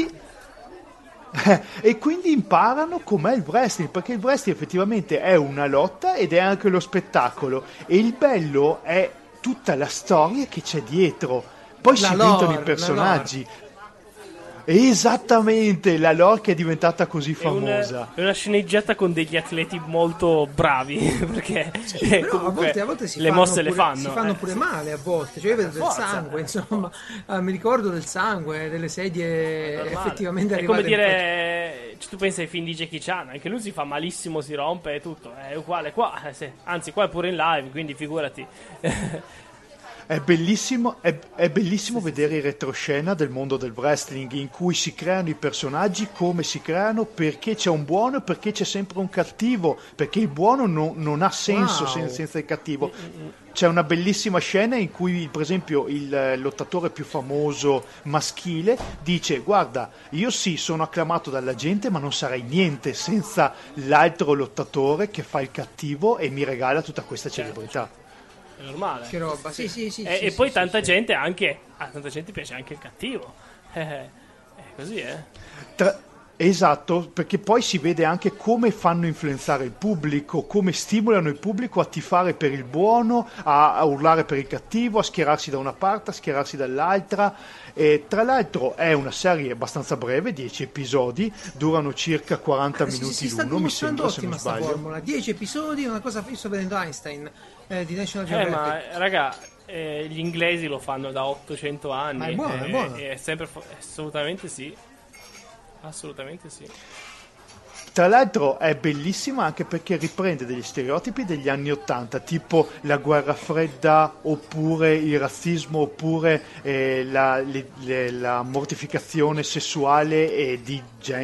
[SPEAKER 3] quindi imparano com'è il wrestling perché il wrestling effettivamente è una lotta ed è anche lo spettacolo e il bello è tutta la storia che c'è dietro poi
[SPEAKER 1] La
[SPEAKER 3] si
[SPEAKER 1] lore,
[SPEAKER 3] inventano i
[SPEAKER 1] la
[SPEAKER 3] personaggi. Esattamente, la lore che è diventata così famosa.
[SPEAKER 2] È una sceneggiata con degli atleti molto bravi perché
[SPEAKER 1] Però
[SPEAKER 2] comunque
[SPEAKER 1] a volte si
[SPEAKER 2] le
[SPEAKER 1] fanno
[SPEAKER 2] mosse
[SPEAKER 1] pure,
[SPEAKER 2] le fanno.
[SPEAKER 1] si fanno pure male a volte. Cioè io vedo del
[SPEAKER 2] Forza.
[SPEAKER 1] sangue, insomma. Mi ricordo del sangue, delle sedie
[SPEAKER 2] Normale.
[SPEAKER 1] effettivamente
[SPEAKER 2] è come
[SPEAKER 1] arrivate
[SPEAKER 2] dire, tu pensi ai film di Jackie Chan, anche lui si fa malissimo, si rompe e tutto, è uguale qua, sì. Anzi qua è pure in live, quindi figurati.
[SPEAKER 3] È bellissimo, è bellissimo vedere in retroscena del mondo del wrestling in cui si creano i personaggi, come si creano, perché c'è un buono e perché c'è sempre un cattivo, perché il buono non ha senso senza il cattivo. C'è una bellissima scena in cui, per esempio, il lottatore più famoso maschile dice: guarda, io sì, sono acclamato dalla gente, ma non sarei niente senza l'altro lottatore che fa il cattivo e mi regala tutta questa celebrità.
[SPEAKER 2] È normale.
[SPEAKER 1] Che roba, sì.
[SPEAKER 2] E poi tanta gente anche, a tanta gente piace anche il cattivo. È così,
[SPEAKER 3] Esatto, perché poi si vede anche come fanno influenzare il pubblico, come stimolano il pubblico a tifare per il buono, a urlare per il cattivo, a schierarsi da una parte, a schierarsi dall'altra. E tra l'altro è una serie abbastanza breve, 10 episodi, durano circa 40 minuti l'uno, mi sembra, se non sbaglio.
[SPEAKER 1] Formula. 10 episodi, una cosa, io sto vedendo Einstein di National Geographic.
[SPEAKER 2] Ma raga, gli inglesi lo fanno da 800 anni.
[SPEAKER 1] Ma è buono, è buono.
[SPEAKER 2] È sempre assolutamente sì. Assolutamente sì.
[SPEAKER 3] Tra l'altro è bellissima anche perché riprende degli stereotipi degli anni 80, tipo la guerra fredda, oppure il razzismo, oppure la mortificazione sessuale e di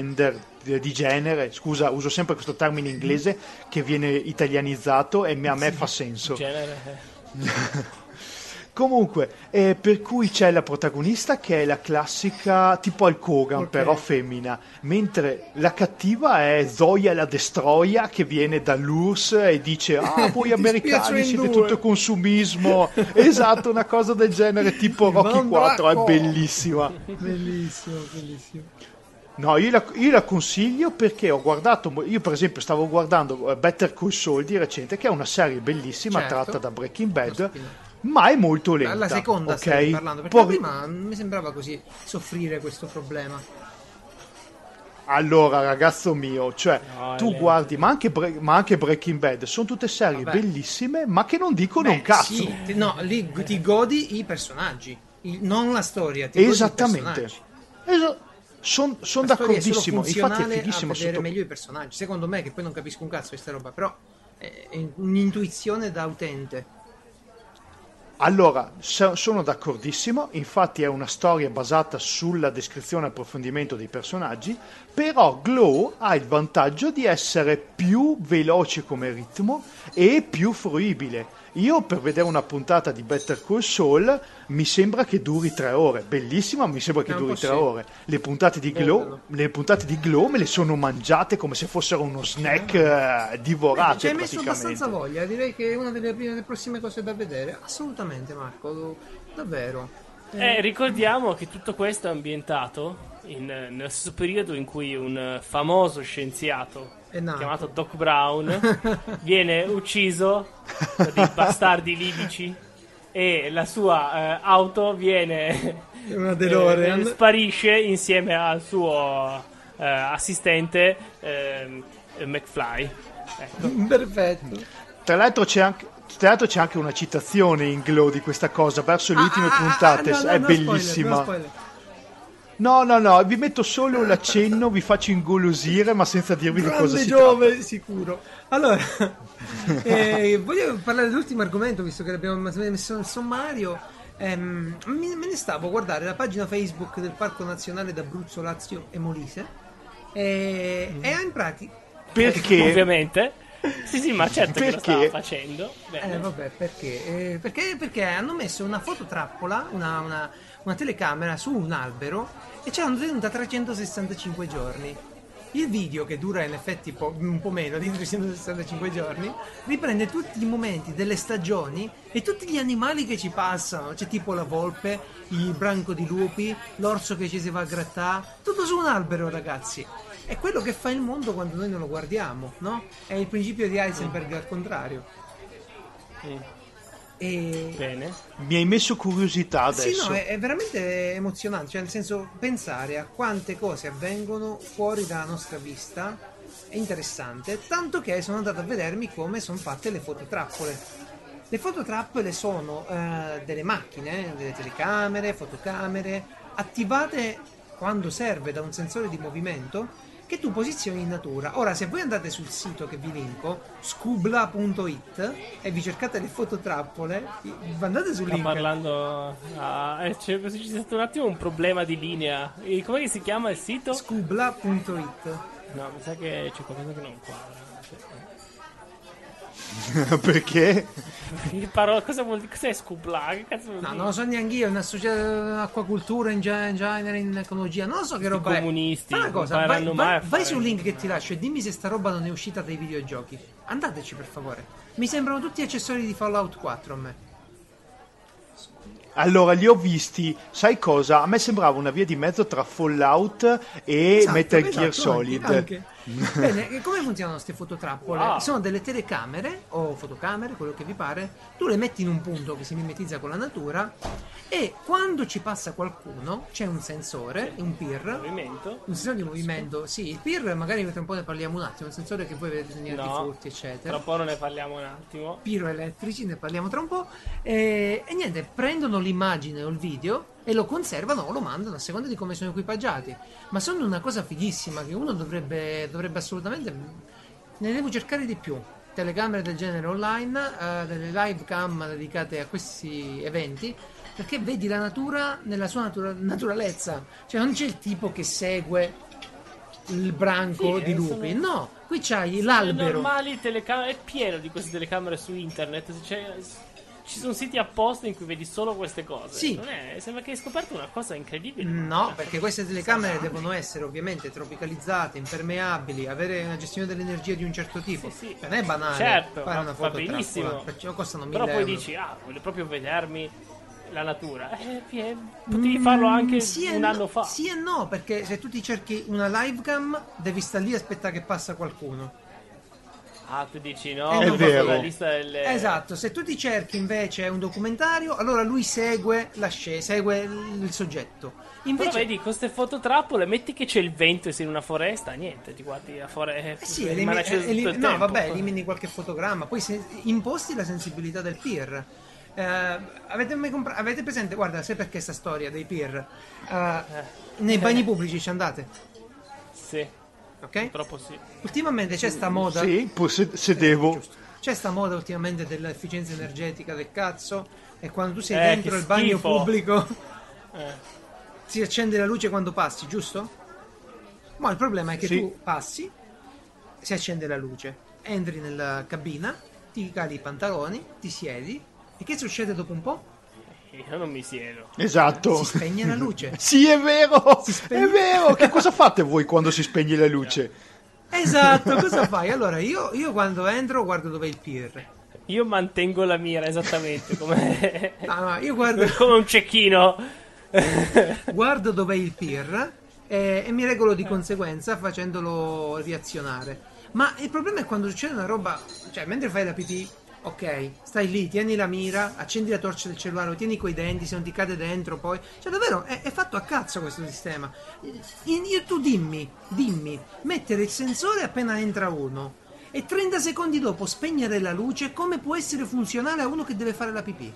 [SPEAKER 3] genere, scusa, uso sempre questo termine inglese che viene italianizzato e a me fa senso.
[SPEAKER 2] Genere.
[SPEAKER 3] Comunque, per cui c'è la protagonista che è la classica tipo Hulk Hogan, però femmina, mentre la cattiva è Zoya la Destroia che viene dall'URSS e dice: ah, voi americani siete tutto consumismo. Esatto, una cosa del genere, tipo Rocky 4, è bellissima.
[SPEAKER 1] Bellissimo.
[SPEAKER 3] No, io la consiglio perché ho guardato, io per esempio stavo guardando Better Call Saul di recente, che è una serie bellissima tratta da Breaking Bad, ma è molto lenta.
[SPEAKER 1] La seconda stai parlando, perché prima mi sembrava così soffrire questo problema.
[SPEAKER 3] Allora, ragazzo mio, cioè tu guardi, ma anche Breaking Bad, sono tutte serie bellissime, ma che non dicono un cazzo.
[SPEAKER 1] Sì, no, lì ti godi i personaggi, non la storia. Ti
[SPEAKER 3] esattamente. Sono d'accordissimo. Infatti è fighissimo
[SPEAKER 1] a vedere meglio i personaggi. Secondo me, che poi non capisco un cazzo di questa roba, però è un'intuizione da utente.
[SPEAKER 3] Allora, sono d'accordissimo, infatti è una storia basata sulla descrizione e approfondimento dei personaggi, però Glow ha il vantaggio di essere più veloce come ritmo e più fruibile. Io per vedere una puntata di Better Call Saul mi sembra che duri 3 ore, bellissima, mi sembra che duri 3 ore. Le puntate di Glow me le sono mangiate come se fossero uno snack divorate.
[SPEAKER 1] Ci hai messo abbastanza voglia, direi che è una delle prossime cose da vedere. Assolutamente, Marco, davvero.
[SPEAKER 2] Ricordiamo che tutto questo è ambientato nello stesso periodo in cui un famoso scienziato chiamato Doc Brown viene ucciso da dei bastardi libici e la sua auto viene
[SPEAKER 1] una DeLorean
[SPEAKER 2] sparisce insieme al suo assistente McFly. Ecco.
[SPEAKER 1] Perfetto.
[SPEAKER 3] Tra l'altro c'è anche una citazione in Glow di questa cosa verso le ultime puntate, è bellissima. No, vi metto solo l'accenno, vi faccio ingolosire, ma senza dirvi di cosa si tratta.
[SPEAKER 1] Sicuro. Allora, voglio parlare dell'ultimo argomento, visto che l'abbiamo messo nel sommario. Me ne stavo a guardare la pagina Facebook del Parco Nazionale d'Abruzzo, Lazio e Molise. E in pratica...
[SPEAKER 3] Perché?
[SPEAKER 2] Ovviamente. Sì, ma certo che lo stava facendo.
[SPEAKER 1] Perché hanno messo una fototrappola, una telecamera su un albero e ce l'hanno tenuta 365 giorni. Il video, che dura in effetti un po' meno di 365 giorni, riprende tutti i momenti delle stagioni e tutti gli animali che ci passano. C'è tipo la volpe, il branco di lupi, l'orso che ci si va a grattare, tutto su un albero, ragazzi. È quello che fa il mondo quando noi non lo guardiamo, no? È il principio di Heisenberg al contrario.
[SPEAKER 2] Bene.
[SPEAKER 3] Mi hai messo curiosità adesso.
[SPEAKER 1] Sì, no, è veramente emozionante, cioè nel senso, pensare a quante cose avvengono fuori dalla nostra vista è interessante, tanto che sono andato a vedermi come sono fatte le fototrappole. Le fototrappole sono delle macchine, delle telecamere, fotocamere, attivate quando serve da un sensore di movimento, che tu posizioni in natura. Ora, se voi andate sul sito che vi linko, scubla.it, e vi cercate le fototrappole, andate sul
[SPEAKER 2] Sta
[SPEAKER 1] link.
[SPEAKER 2] parlando. C'è stato un attimo un problema di linea. E com'è che si chiama il sito?
[SPEAKER 1] Scubla.it.
[SPEAKER 2] No, mi sa che c'è qualcosa che non quadra.
[SPEAKER 3] Perché?
[SPEAKER 2] Cosa vuol dire? Cos'è Scubla? Che cazzo vuol
[SPEAKER 1] No,
[SPEAKER 2] dire?
[SPEAKER 1] non lo so neanche io, è una società acquacultura in genere, in ecologia, non lo so che roba è.
[SPEAKER 2] comunisti
[SPEAKER 1] Fai una
[SPEAKER 2] non
[SPEAKER 1] cosa, vai,
[SPEAKER 2] impareranno mai a
[SPEAKER 1] vai
[SPEAKER 2] fare-
[SPEAKER 1] sul link che ti lascio e dimmi se sta roba non è uscita dai videogiochi. Andateci per favore. Mi sembrano tutti accessori di Fallout 4 a me.
[SPEAKER 3] Allora, li ho visti, sai cosa? A me sembrava una via di mezzo tra Fallout e
[SPEAKER 1] Esatto,
[SPEAKER 3] Metal Gear
[SPEAKER 1] esatto,
[SPEAKER 3] Solid.
[SPEAKER 1] anche. Bene, e come funzionano queste fototrappole?
[SPEAKER 2] Wow.
[SPEAKER 1] Sono delle telecamere o fotocamere, quello che vi pare. Tu le metti in un punto che si mimetizza con la natura e quando ci passa qualcuno c'è un sensore, un PIR,
[SPEAKER 2] Movimento.
[SPEAKER 1] un sensore di movimento. Sì, il PIR magari tra un po' ne parliamo un attimo, un sensore che voi vedete segnali di
[SPEAKER 2] No,
[SPEAKER 1] furti, eccetera.
[SPEAKER 2] tra un po' ne parliamo un attimo.
[SPEAKER 1] Piroelettrici, ne parliamo tra un po'. E niente, prendono l'immagine o il video e lo conservano o lo mandano a seconda di come sono equipaggiati. Ma sono una cosa fighissima che uno dovrebbe assolutamente. Ne devo cercare di più. Telecamere del genere online, delle live cam dedicate a questi eventi. Perché vedi la natura nella sua naturalezza. Cioè, non c'è il tipo che segue il branco
[SPEAKER 2] Sì,
[SPEAKER 1] di lupi.
[SPEAKER 2] sono-
[SPEAKER 1] No, qui c'hai
[SPEAKER 2] Le
[SPEAKER 1] l'albero.
[SPEAKER 2] normali telecamere, è pieno di queste telecamere su internet. Ci sono siti apposta in cui vedi solo queste cose.
[SPEAKER 1] Sì.
[SPEAKER 2] Sembra che hai scoperto una cosa incredibile.
[SPEAKER 1] No, perché queste telecamere devono essere ovviamente tropicalizzate, impermeabili, avere una gestione dell'energia di un certo tipo.
[SPEAKER 2] Sì, sì.
[SPEAKER 1] Non è banale
[SPEAKER 2] Certo,
[SPEAKER 1] fare una
[SPEAKER 2] va
[SPEAKER 1] foto
[SPEAKER 2] benissimo.
[SPEAKER 1] trappola, perciò costano 1000
[SPEAKER 2] Però poi
[SPEAKER 1] euro.
[SPEAKER 2] dici, voglio proprio vedermi la natura. Potevi farlo anche
[SPEAKER 1] Sì e
[SPEAKER 2] un
[SPEAKER 1] no-
[SPEAKER 2] anno fa.
[SPEAKER 1] Sì e no, perché se tu ti cerchi una live cam devi stare lì e aspettare che passa qualcuno.
[SPEAKER 2] Tu dici no,
[SPEAKER 1] È
[SPEAKER 2] ho fatto
[SPEAKER 3] vero.
[SPEAKER 2] la lista delle...
[SPEAKER 1] Esatto, se tu ti cerchi invece un documentario, allora lui segue segue il soggetto.
[SPEAKER 2] Però
[SPEAKER 1] Invece
[SPEAKER 2] vedi, con queste fototrappole, metti che c'è il vento e sei in una foresta, niente, ti guardi la foresta.
[SPEAKER 1] sì,
[SPEAKER 2] rimane acceso tutto il
[SPEAKER 1] no,
[SPEAKER 2] tempo.
[SPEAKER 1] vabbè, elimini qualche fotogramma, poi imposti la sensibilità del peer. Avete presente? Guarda, sai perché sta storia dei peer? Nei bagni pubblici ci andate,
[SPEAKER 2] Sì,
[SPEAKER 1] ok?
[SPEAKER 2] purtroppo sì.
[SPEAKER 1] Ultimamente c'è sta moda.
[SPEAKER 3] Sì, se devo.
[SPEAKER 1] Giusto. C'è sta moda ultimamente dell'efficienza energetica del cazzo. E quando tu sei
[SPEAKER 2] Che
[SPEAKER 1] dentro il bagno
[SPEAKER 2] schifo.
[SPEAKER 1] pubblico
[SPEAKER 2] Eh.
[SPEAKER 1] si accende la luce quando passi, giusto? Ma il problema è che
[SPEAKER 3] Sì.
[SPEAKER 1] tu passi, si accende la luce, entri nella cabina, ti cali i pantaloni, ti siedi e che succede dopo un po'?
[SPEAKER 2] Io non mi siedo.
[SPEAKER 3] Esatto.
[SPEAKER 1] Si spegne la luce.
[SPEAKER 3] Sì, è vero.
[SPEAKER 1] spegne-
[SPEAKER 3] È vero. Che cosa fate voi quando si spegne la luce?
[SPEAKER 1] Esatto, cosa fai? Allora io quando entro guardo dove è il peer.
[SPEAKER 2] Io mantengo la mira esattamente come,
[SPEAKER 1] No, io guardo,
[SPEAKER 2] come un cecchino.
[SPEAKER 1] guardo dove è il peer e mi regolo di conseguenza facendolo reazionare. Ma il problema è quando succede una roba, cioè mentre fai la pipì, ok, stai lì, tieni la mira, accendi la torcia del cellulare, lo tieni coi denti, se non ti cade dentro poi. Cioè davvero è fatto a cazzo questo sistema. Tu dimmi, mettere il sensore appena entra uno e 30 secondi dopo spegnere la luce, come può essere funzionale a uno che deve fare la pipì?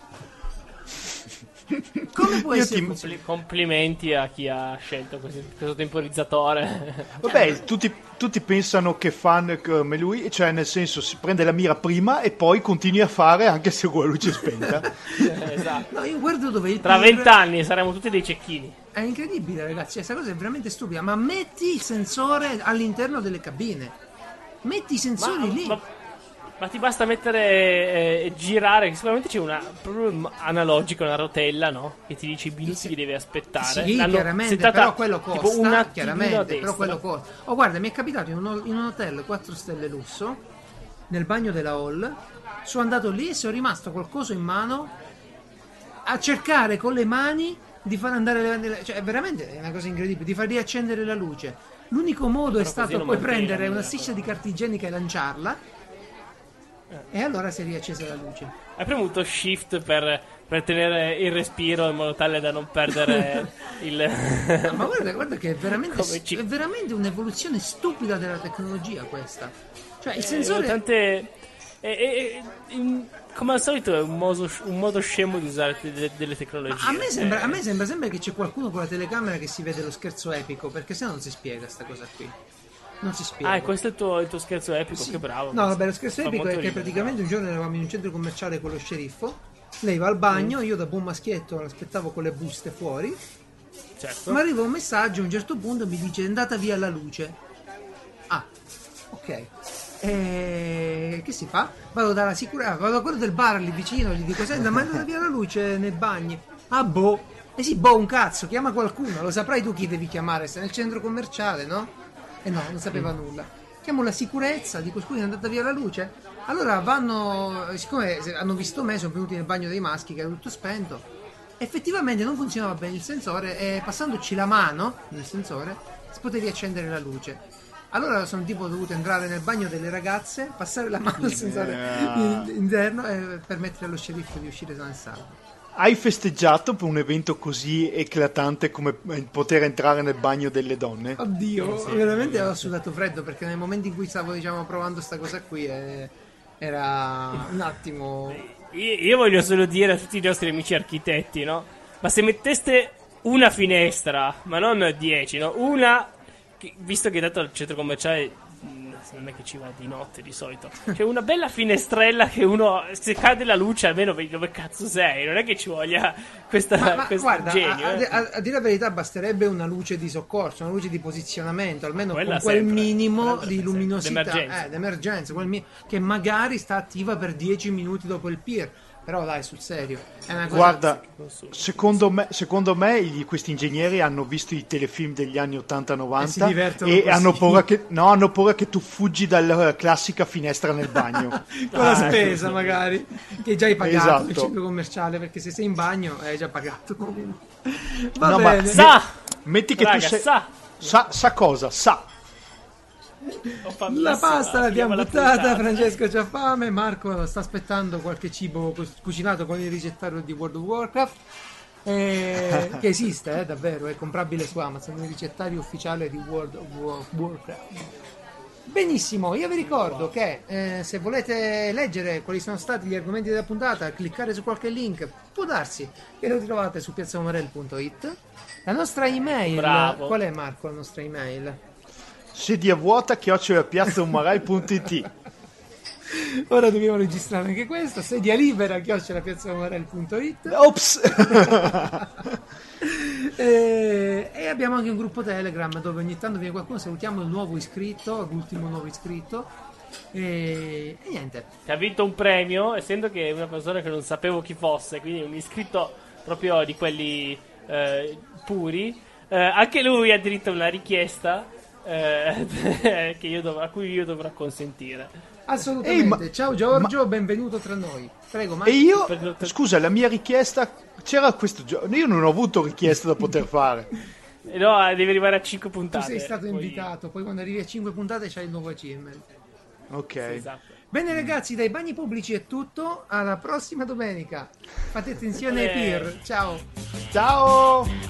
[SPEAKER 1] Come può
[SPEAKER 3] Io
[SPEAKER 1] essere
[SPEAKER 3] ti-
[SPEAKER 1] funzionale?
[SPEAKER 2] Complimenti a chi ha scelto questo temporizzatore.
[SPEAKER 3] Vabbè, tutti pensano che fan come lui, cioè nel senso si prende la mira prima e poi continui a fare anche se con la luce è spenta.
[SPEAKER 2] Esatto.
[SPEAKER 1] No, io guardo dove è il
[SPEAKER 2] Tra
[SPEAKER 1] peer.
[SPEAKER 2] 20 anni saremo tutti dei cecchini.
[SPEAKER 1] È incredibile, ragazzi. Questa cosa è veramente stupida. Ma metti il sensore all'interno delle cabine. Metti i sensori lì.
[SPEAKER 2] Ma ti basta mettere girare, che sicuramente c'è una proprio analogica, una rotella, no? Che ti dice i minuti che devi aspettare.
[SPEAKER 1] Sì,
[SPEAKER 2] L'hanno
[SPEAKER 1] chiaramente,
[SPEAKER 2] settata
[SPEAKER 1] però quello
[SPEAKER 2] tipo un
[SPEAKER 1] costa.
[SPEAKER 2] attimino a
[SPEAKER 1] Chiaramente,
[SPEAKER 2] destra.
[SPEAKER 1] però quello costa. Oh, guarda, mi è capitato in un hotel 4 stelle lusso, nel bagno della hall. Sono andato lì e sono rimasto col coso in mano a cercare con le mani di far andare cioè veramente è una cosa incredibile, di far riaccendere la luce. L'unico modo è
[SPEAKER 2] così
[SPEAKER 1] stato
[SPEAKER 2] non
[SPEAKER 1] poi
[SPEAKER 2] mantieni la
[SPEAKER 1] prendere una
[SPEAKER 2] mira,
[SPEAKER 1] striscia di carta igienica e lanciarla. E allora si è riaccesa la luce.
[SPEAKER 2] Hai premuto shift per tenere il respiro in modo tale da non perdere il...
[SPEAKER 1] Ma guarda che è veramente,
[SPEAKER 2] Come ci-
[SPEAKER 1] è veramente un'evoluzione stupida della tecnologia questa. Cioè il sensore
[SPEAKER 2] come al solito è un modo scemo di usare delle tecnologie.
[SPEAKER 1] a me sembra sempre che c'è qualcuno con la telecamera che si vede lo scherzo epico, perché se no non si spiega sta cosa qui. Non si spiega.
[SPEAKER 2] Ah, questo è il tuo scherzo epico,
[SPEAKER 1] Sì.
[SPEAKER 2] che bravo.
[SPEAKER 1] No, vabbè, lo scherzo
[SPEAKER 2] Fa
[SPEAKER 1] epico è
[SPEAKER 2] molto
[SPEAKER 1] che
[SPEAKER 2] ridere,
[SPEAKER 1] praticamente un giorno eravamo in un centro commerciale con lo sceriffo. Lei va al bagno, io da buon maschietto l'aspettavo con le buste fuori.
[SPEAKER 2] certo.
[SPEAKER 1] Mi arriva un messaggio a un certo punto mi dice: è andata via la luce. Ah, ok. Che si fa? Vado dalla sicurezza, vado a quello del bar lì vicino, gli dico: senta, ma è andata via la luce nel bagno? Ah, boh. Eh sì, boh, un cazzo, chiama qualcuno, lo saprai tu chi devi chiamare, sei nel centro commerciale, no? E no, non sapeva nulla. Chiamo la sicurezza, dico: scusi, è andata via la luce? Allora vanno, siccome hanno visto me, sono venuti nel bagno dei maschi che era tutto spento. Effettivamente non funzionava bene il sensore e passandoci la mano nel sensore si potevi accendere la luce. Allora sono tipo dovuto entrare nel bagno delle ragazze, passare la mano al sensore interno e permettere allo sceriffo di uscire sano e salvo.
[SPEAKER 3] Hai festeggiato per un evento così eclatante come poter entrare nel bagno delle donne?
[SPEAKER 1] Oddio, veramente ho sudato freddo perché nel momento in cui stavo provando sta cosa qui era un attimo.
[SPEAKER 2] Io voglio solo dire a tutti i nostri amici architetti, no? Ma se metteste una finestra, ma non 10, no? Una, visto che dato al centro commerciale non è che ci va di notte di solito, c'è una bella finestrella che uno, se cade la luce almeno vedi dove cazzo sei, non è che ci voglia questo
[SPEAKER 1] Guarda,
[SPEAKER 2] genio.
[SPEAKER 1] a dire la verità basterebbe una luce di soccorso, una luce di posizionamento, almeno
[SPEAKER 2] Quella
[SPEAKER 1] con quel
[SPEAKER 2] sempre,
[SPEAKER 1] minimo
[SPEAKER 2] quella
[SPEAKER 1] di
[SPEAKER 2] sempre,
[SPEAKER 1] luminosità,
[SPEAKER 2] d'emergenza.
[SPEAKER 1] d'emergenza, che magari sta attiva per 10 minuti dopo il pier. Però dai, sul serio, è una cosa.
[SPEAKER 3] Guarda, secondo me questi ingegneri hanno visto i telefilm degli anni 80-90
[SPEAKER 1] si divertono
[SPEAKER 3] e
[SPEAKER 1] così.
[SPEAKER 3] hanno paura che tu fuggi dalla classica finestra nel bagno.
[SPEAKER 1] Con la spesa magari che già hai pagato
[SPEAKER 3] Esatto.
[SPEAKER 1] nel centro commerciale, perché se sei in bagno hai già pagato comunque. Va
[SPEAKER 3] No, ma
[SPEAKER 1] bene.
[SPEAKER 3] metti che
[SPEAKER 2] Raga,
[SPEAKER 3] tu sei...
[SPEAKER 2] sa.
[SPEAKER 3] Sa cosa? Sa.
[SPEAKER 2] Ho famissimo,
[SPEAKER 1] La pasta l'abbiamo
[SPEAKER 2] finiamo la
[SPEAKER 1] buttata,
[SPEAKER 2] puntata.
[SPEAKER 1] Francesco c'ha fame, Marco sta aspettando qualche cibo cucinato con il ricettario di World of Warcraft, che esiste, davvero, è comprabile su Amazon, il ricettario ufficiale di World of Warcraft. Benissimo, io vi ricordo che se volete leggere quali sono stati gli argomenti della puntata, cliccare su qualche link, può darsi che lo trovate su piazzaomarel.it. La nostra email,
[SPEAKER 2] Bravo.
[SPEAKER 1] qual è Marco la nostra email?
[SPEAKER 3] Sedia vuota @piazzaumarai.it.
[SPEAKER 1] Ora dobbiamo registrare anche questo. Sedia libera @piazzaomarel.it.
[SPEAKER 3] Ops.
[SPEAKER 1] E abbiamo anche un gruppo Telegram dove ogni tanto viene qualcuno. Salutiamo il nuovo iscritto, l'ultimo nuovo iscritto. E niente.
[SPEAKER 2] Che ha vinto un premio, essendo che è una persona che non sapevo chi fosse, quindi un iscritto proprio di quelli puri. Anche lui ha diritto a una richiesta a cui io dovrò consentire.
[SPEAKER 1] Assolutamente. Ciao Giorgio, benvenuto tra noi. Prego,
[SPEAKER 3] E io,
[SPEAKER 2] Per-
[SPEAKER 3] scusa, la mia richiesta c'era questo giorno. Io non ho avuto richiesta da poter fare.
[SPEAKER 2] No, devi arrivare a 5
[SPEAKER 1] tu
[SPEAKER 2] puntate.
[SPEAKER 1] sei stato
[SPEAKER 2] poi-
[SPEAKER 1] invitato. Poi quando arrivi a 5 puntate c'hai il nuovo achievement.
[SPEAKER 3] Ok.
[SPEAKER 2] Esatto.
[SPEAKER 1] Bene ragazzi, dai bagni pubblici è tutto. Alla prossima domenica. Fate attenzione ai peer. Ciao.
[SPEAKER 3] Ciao.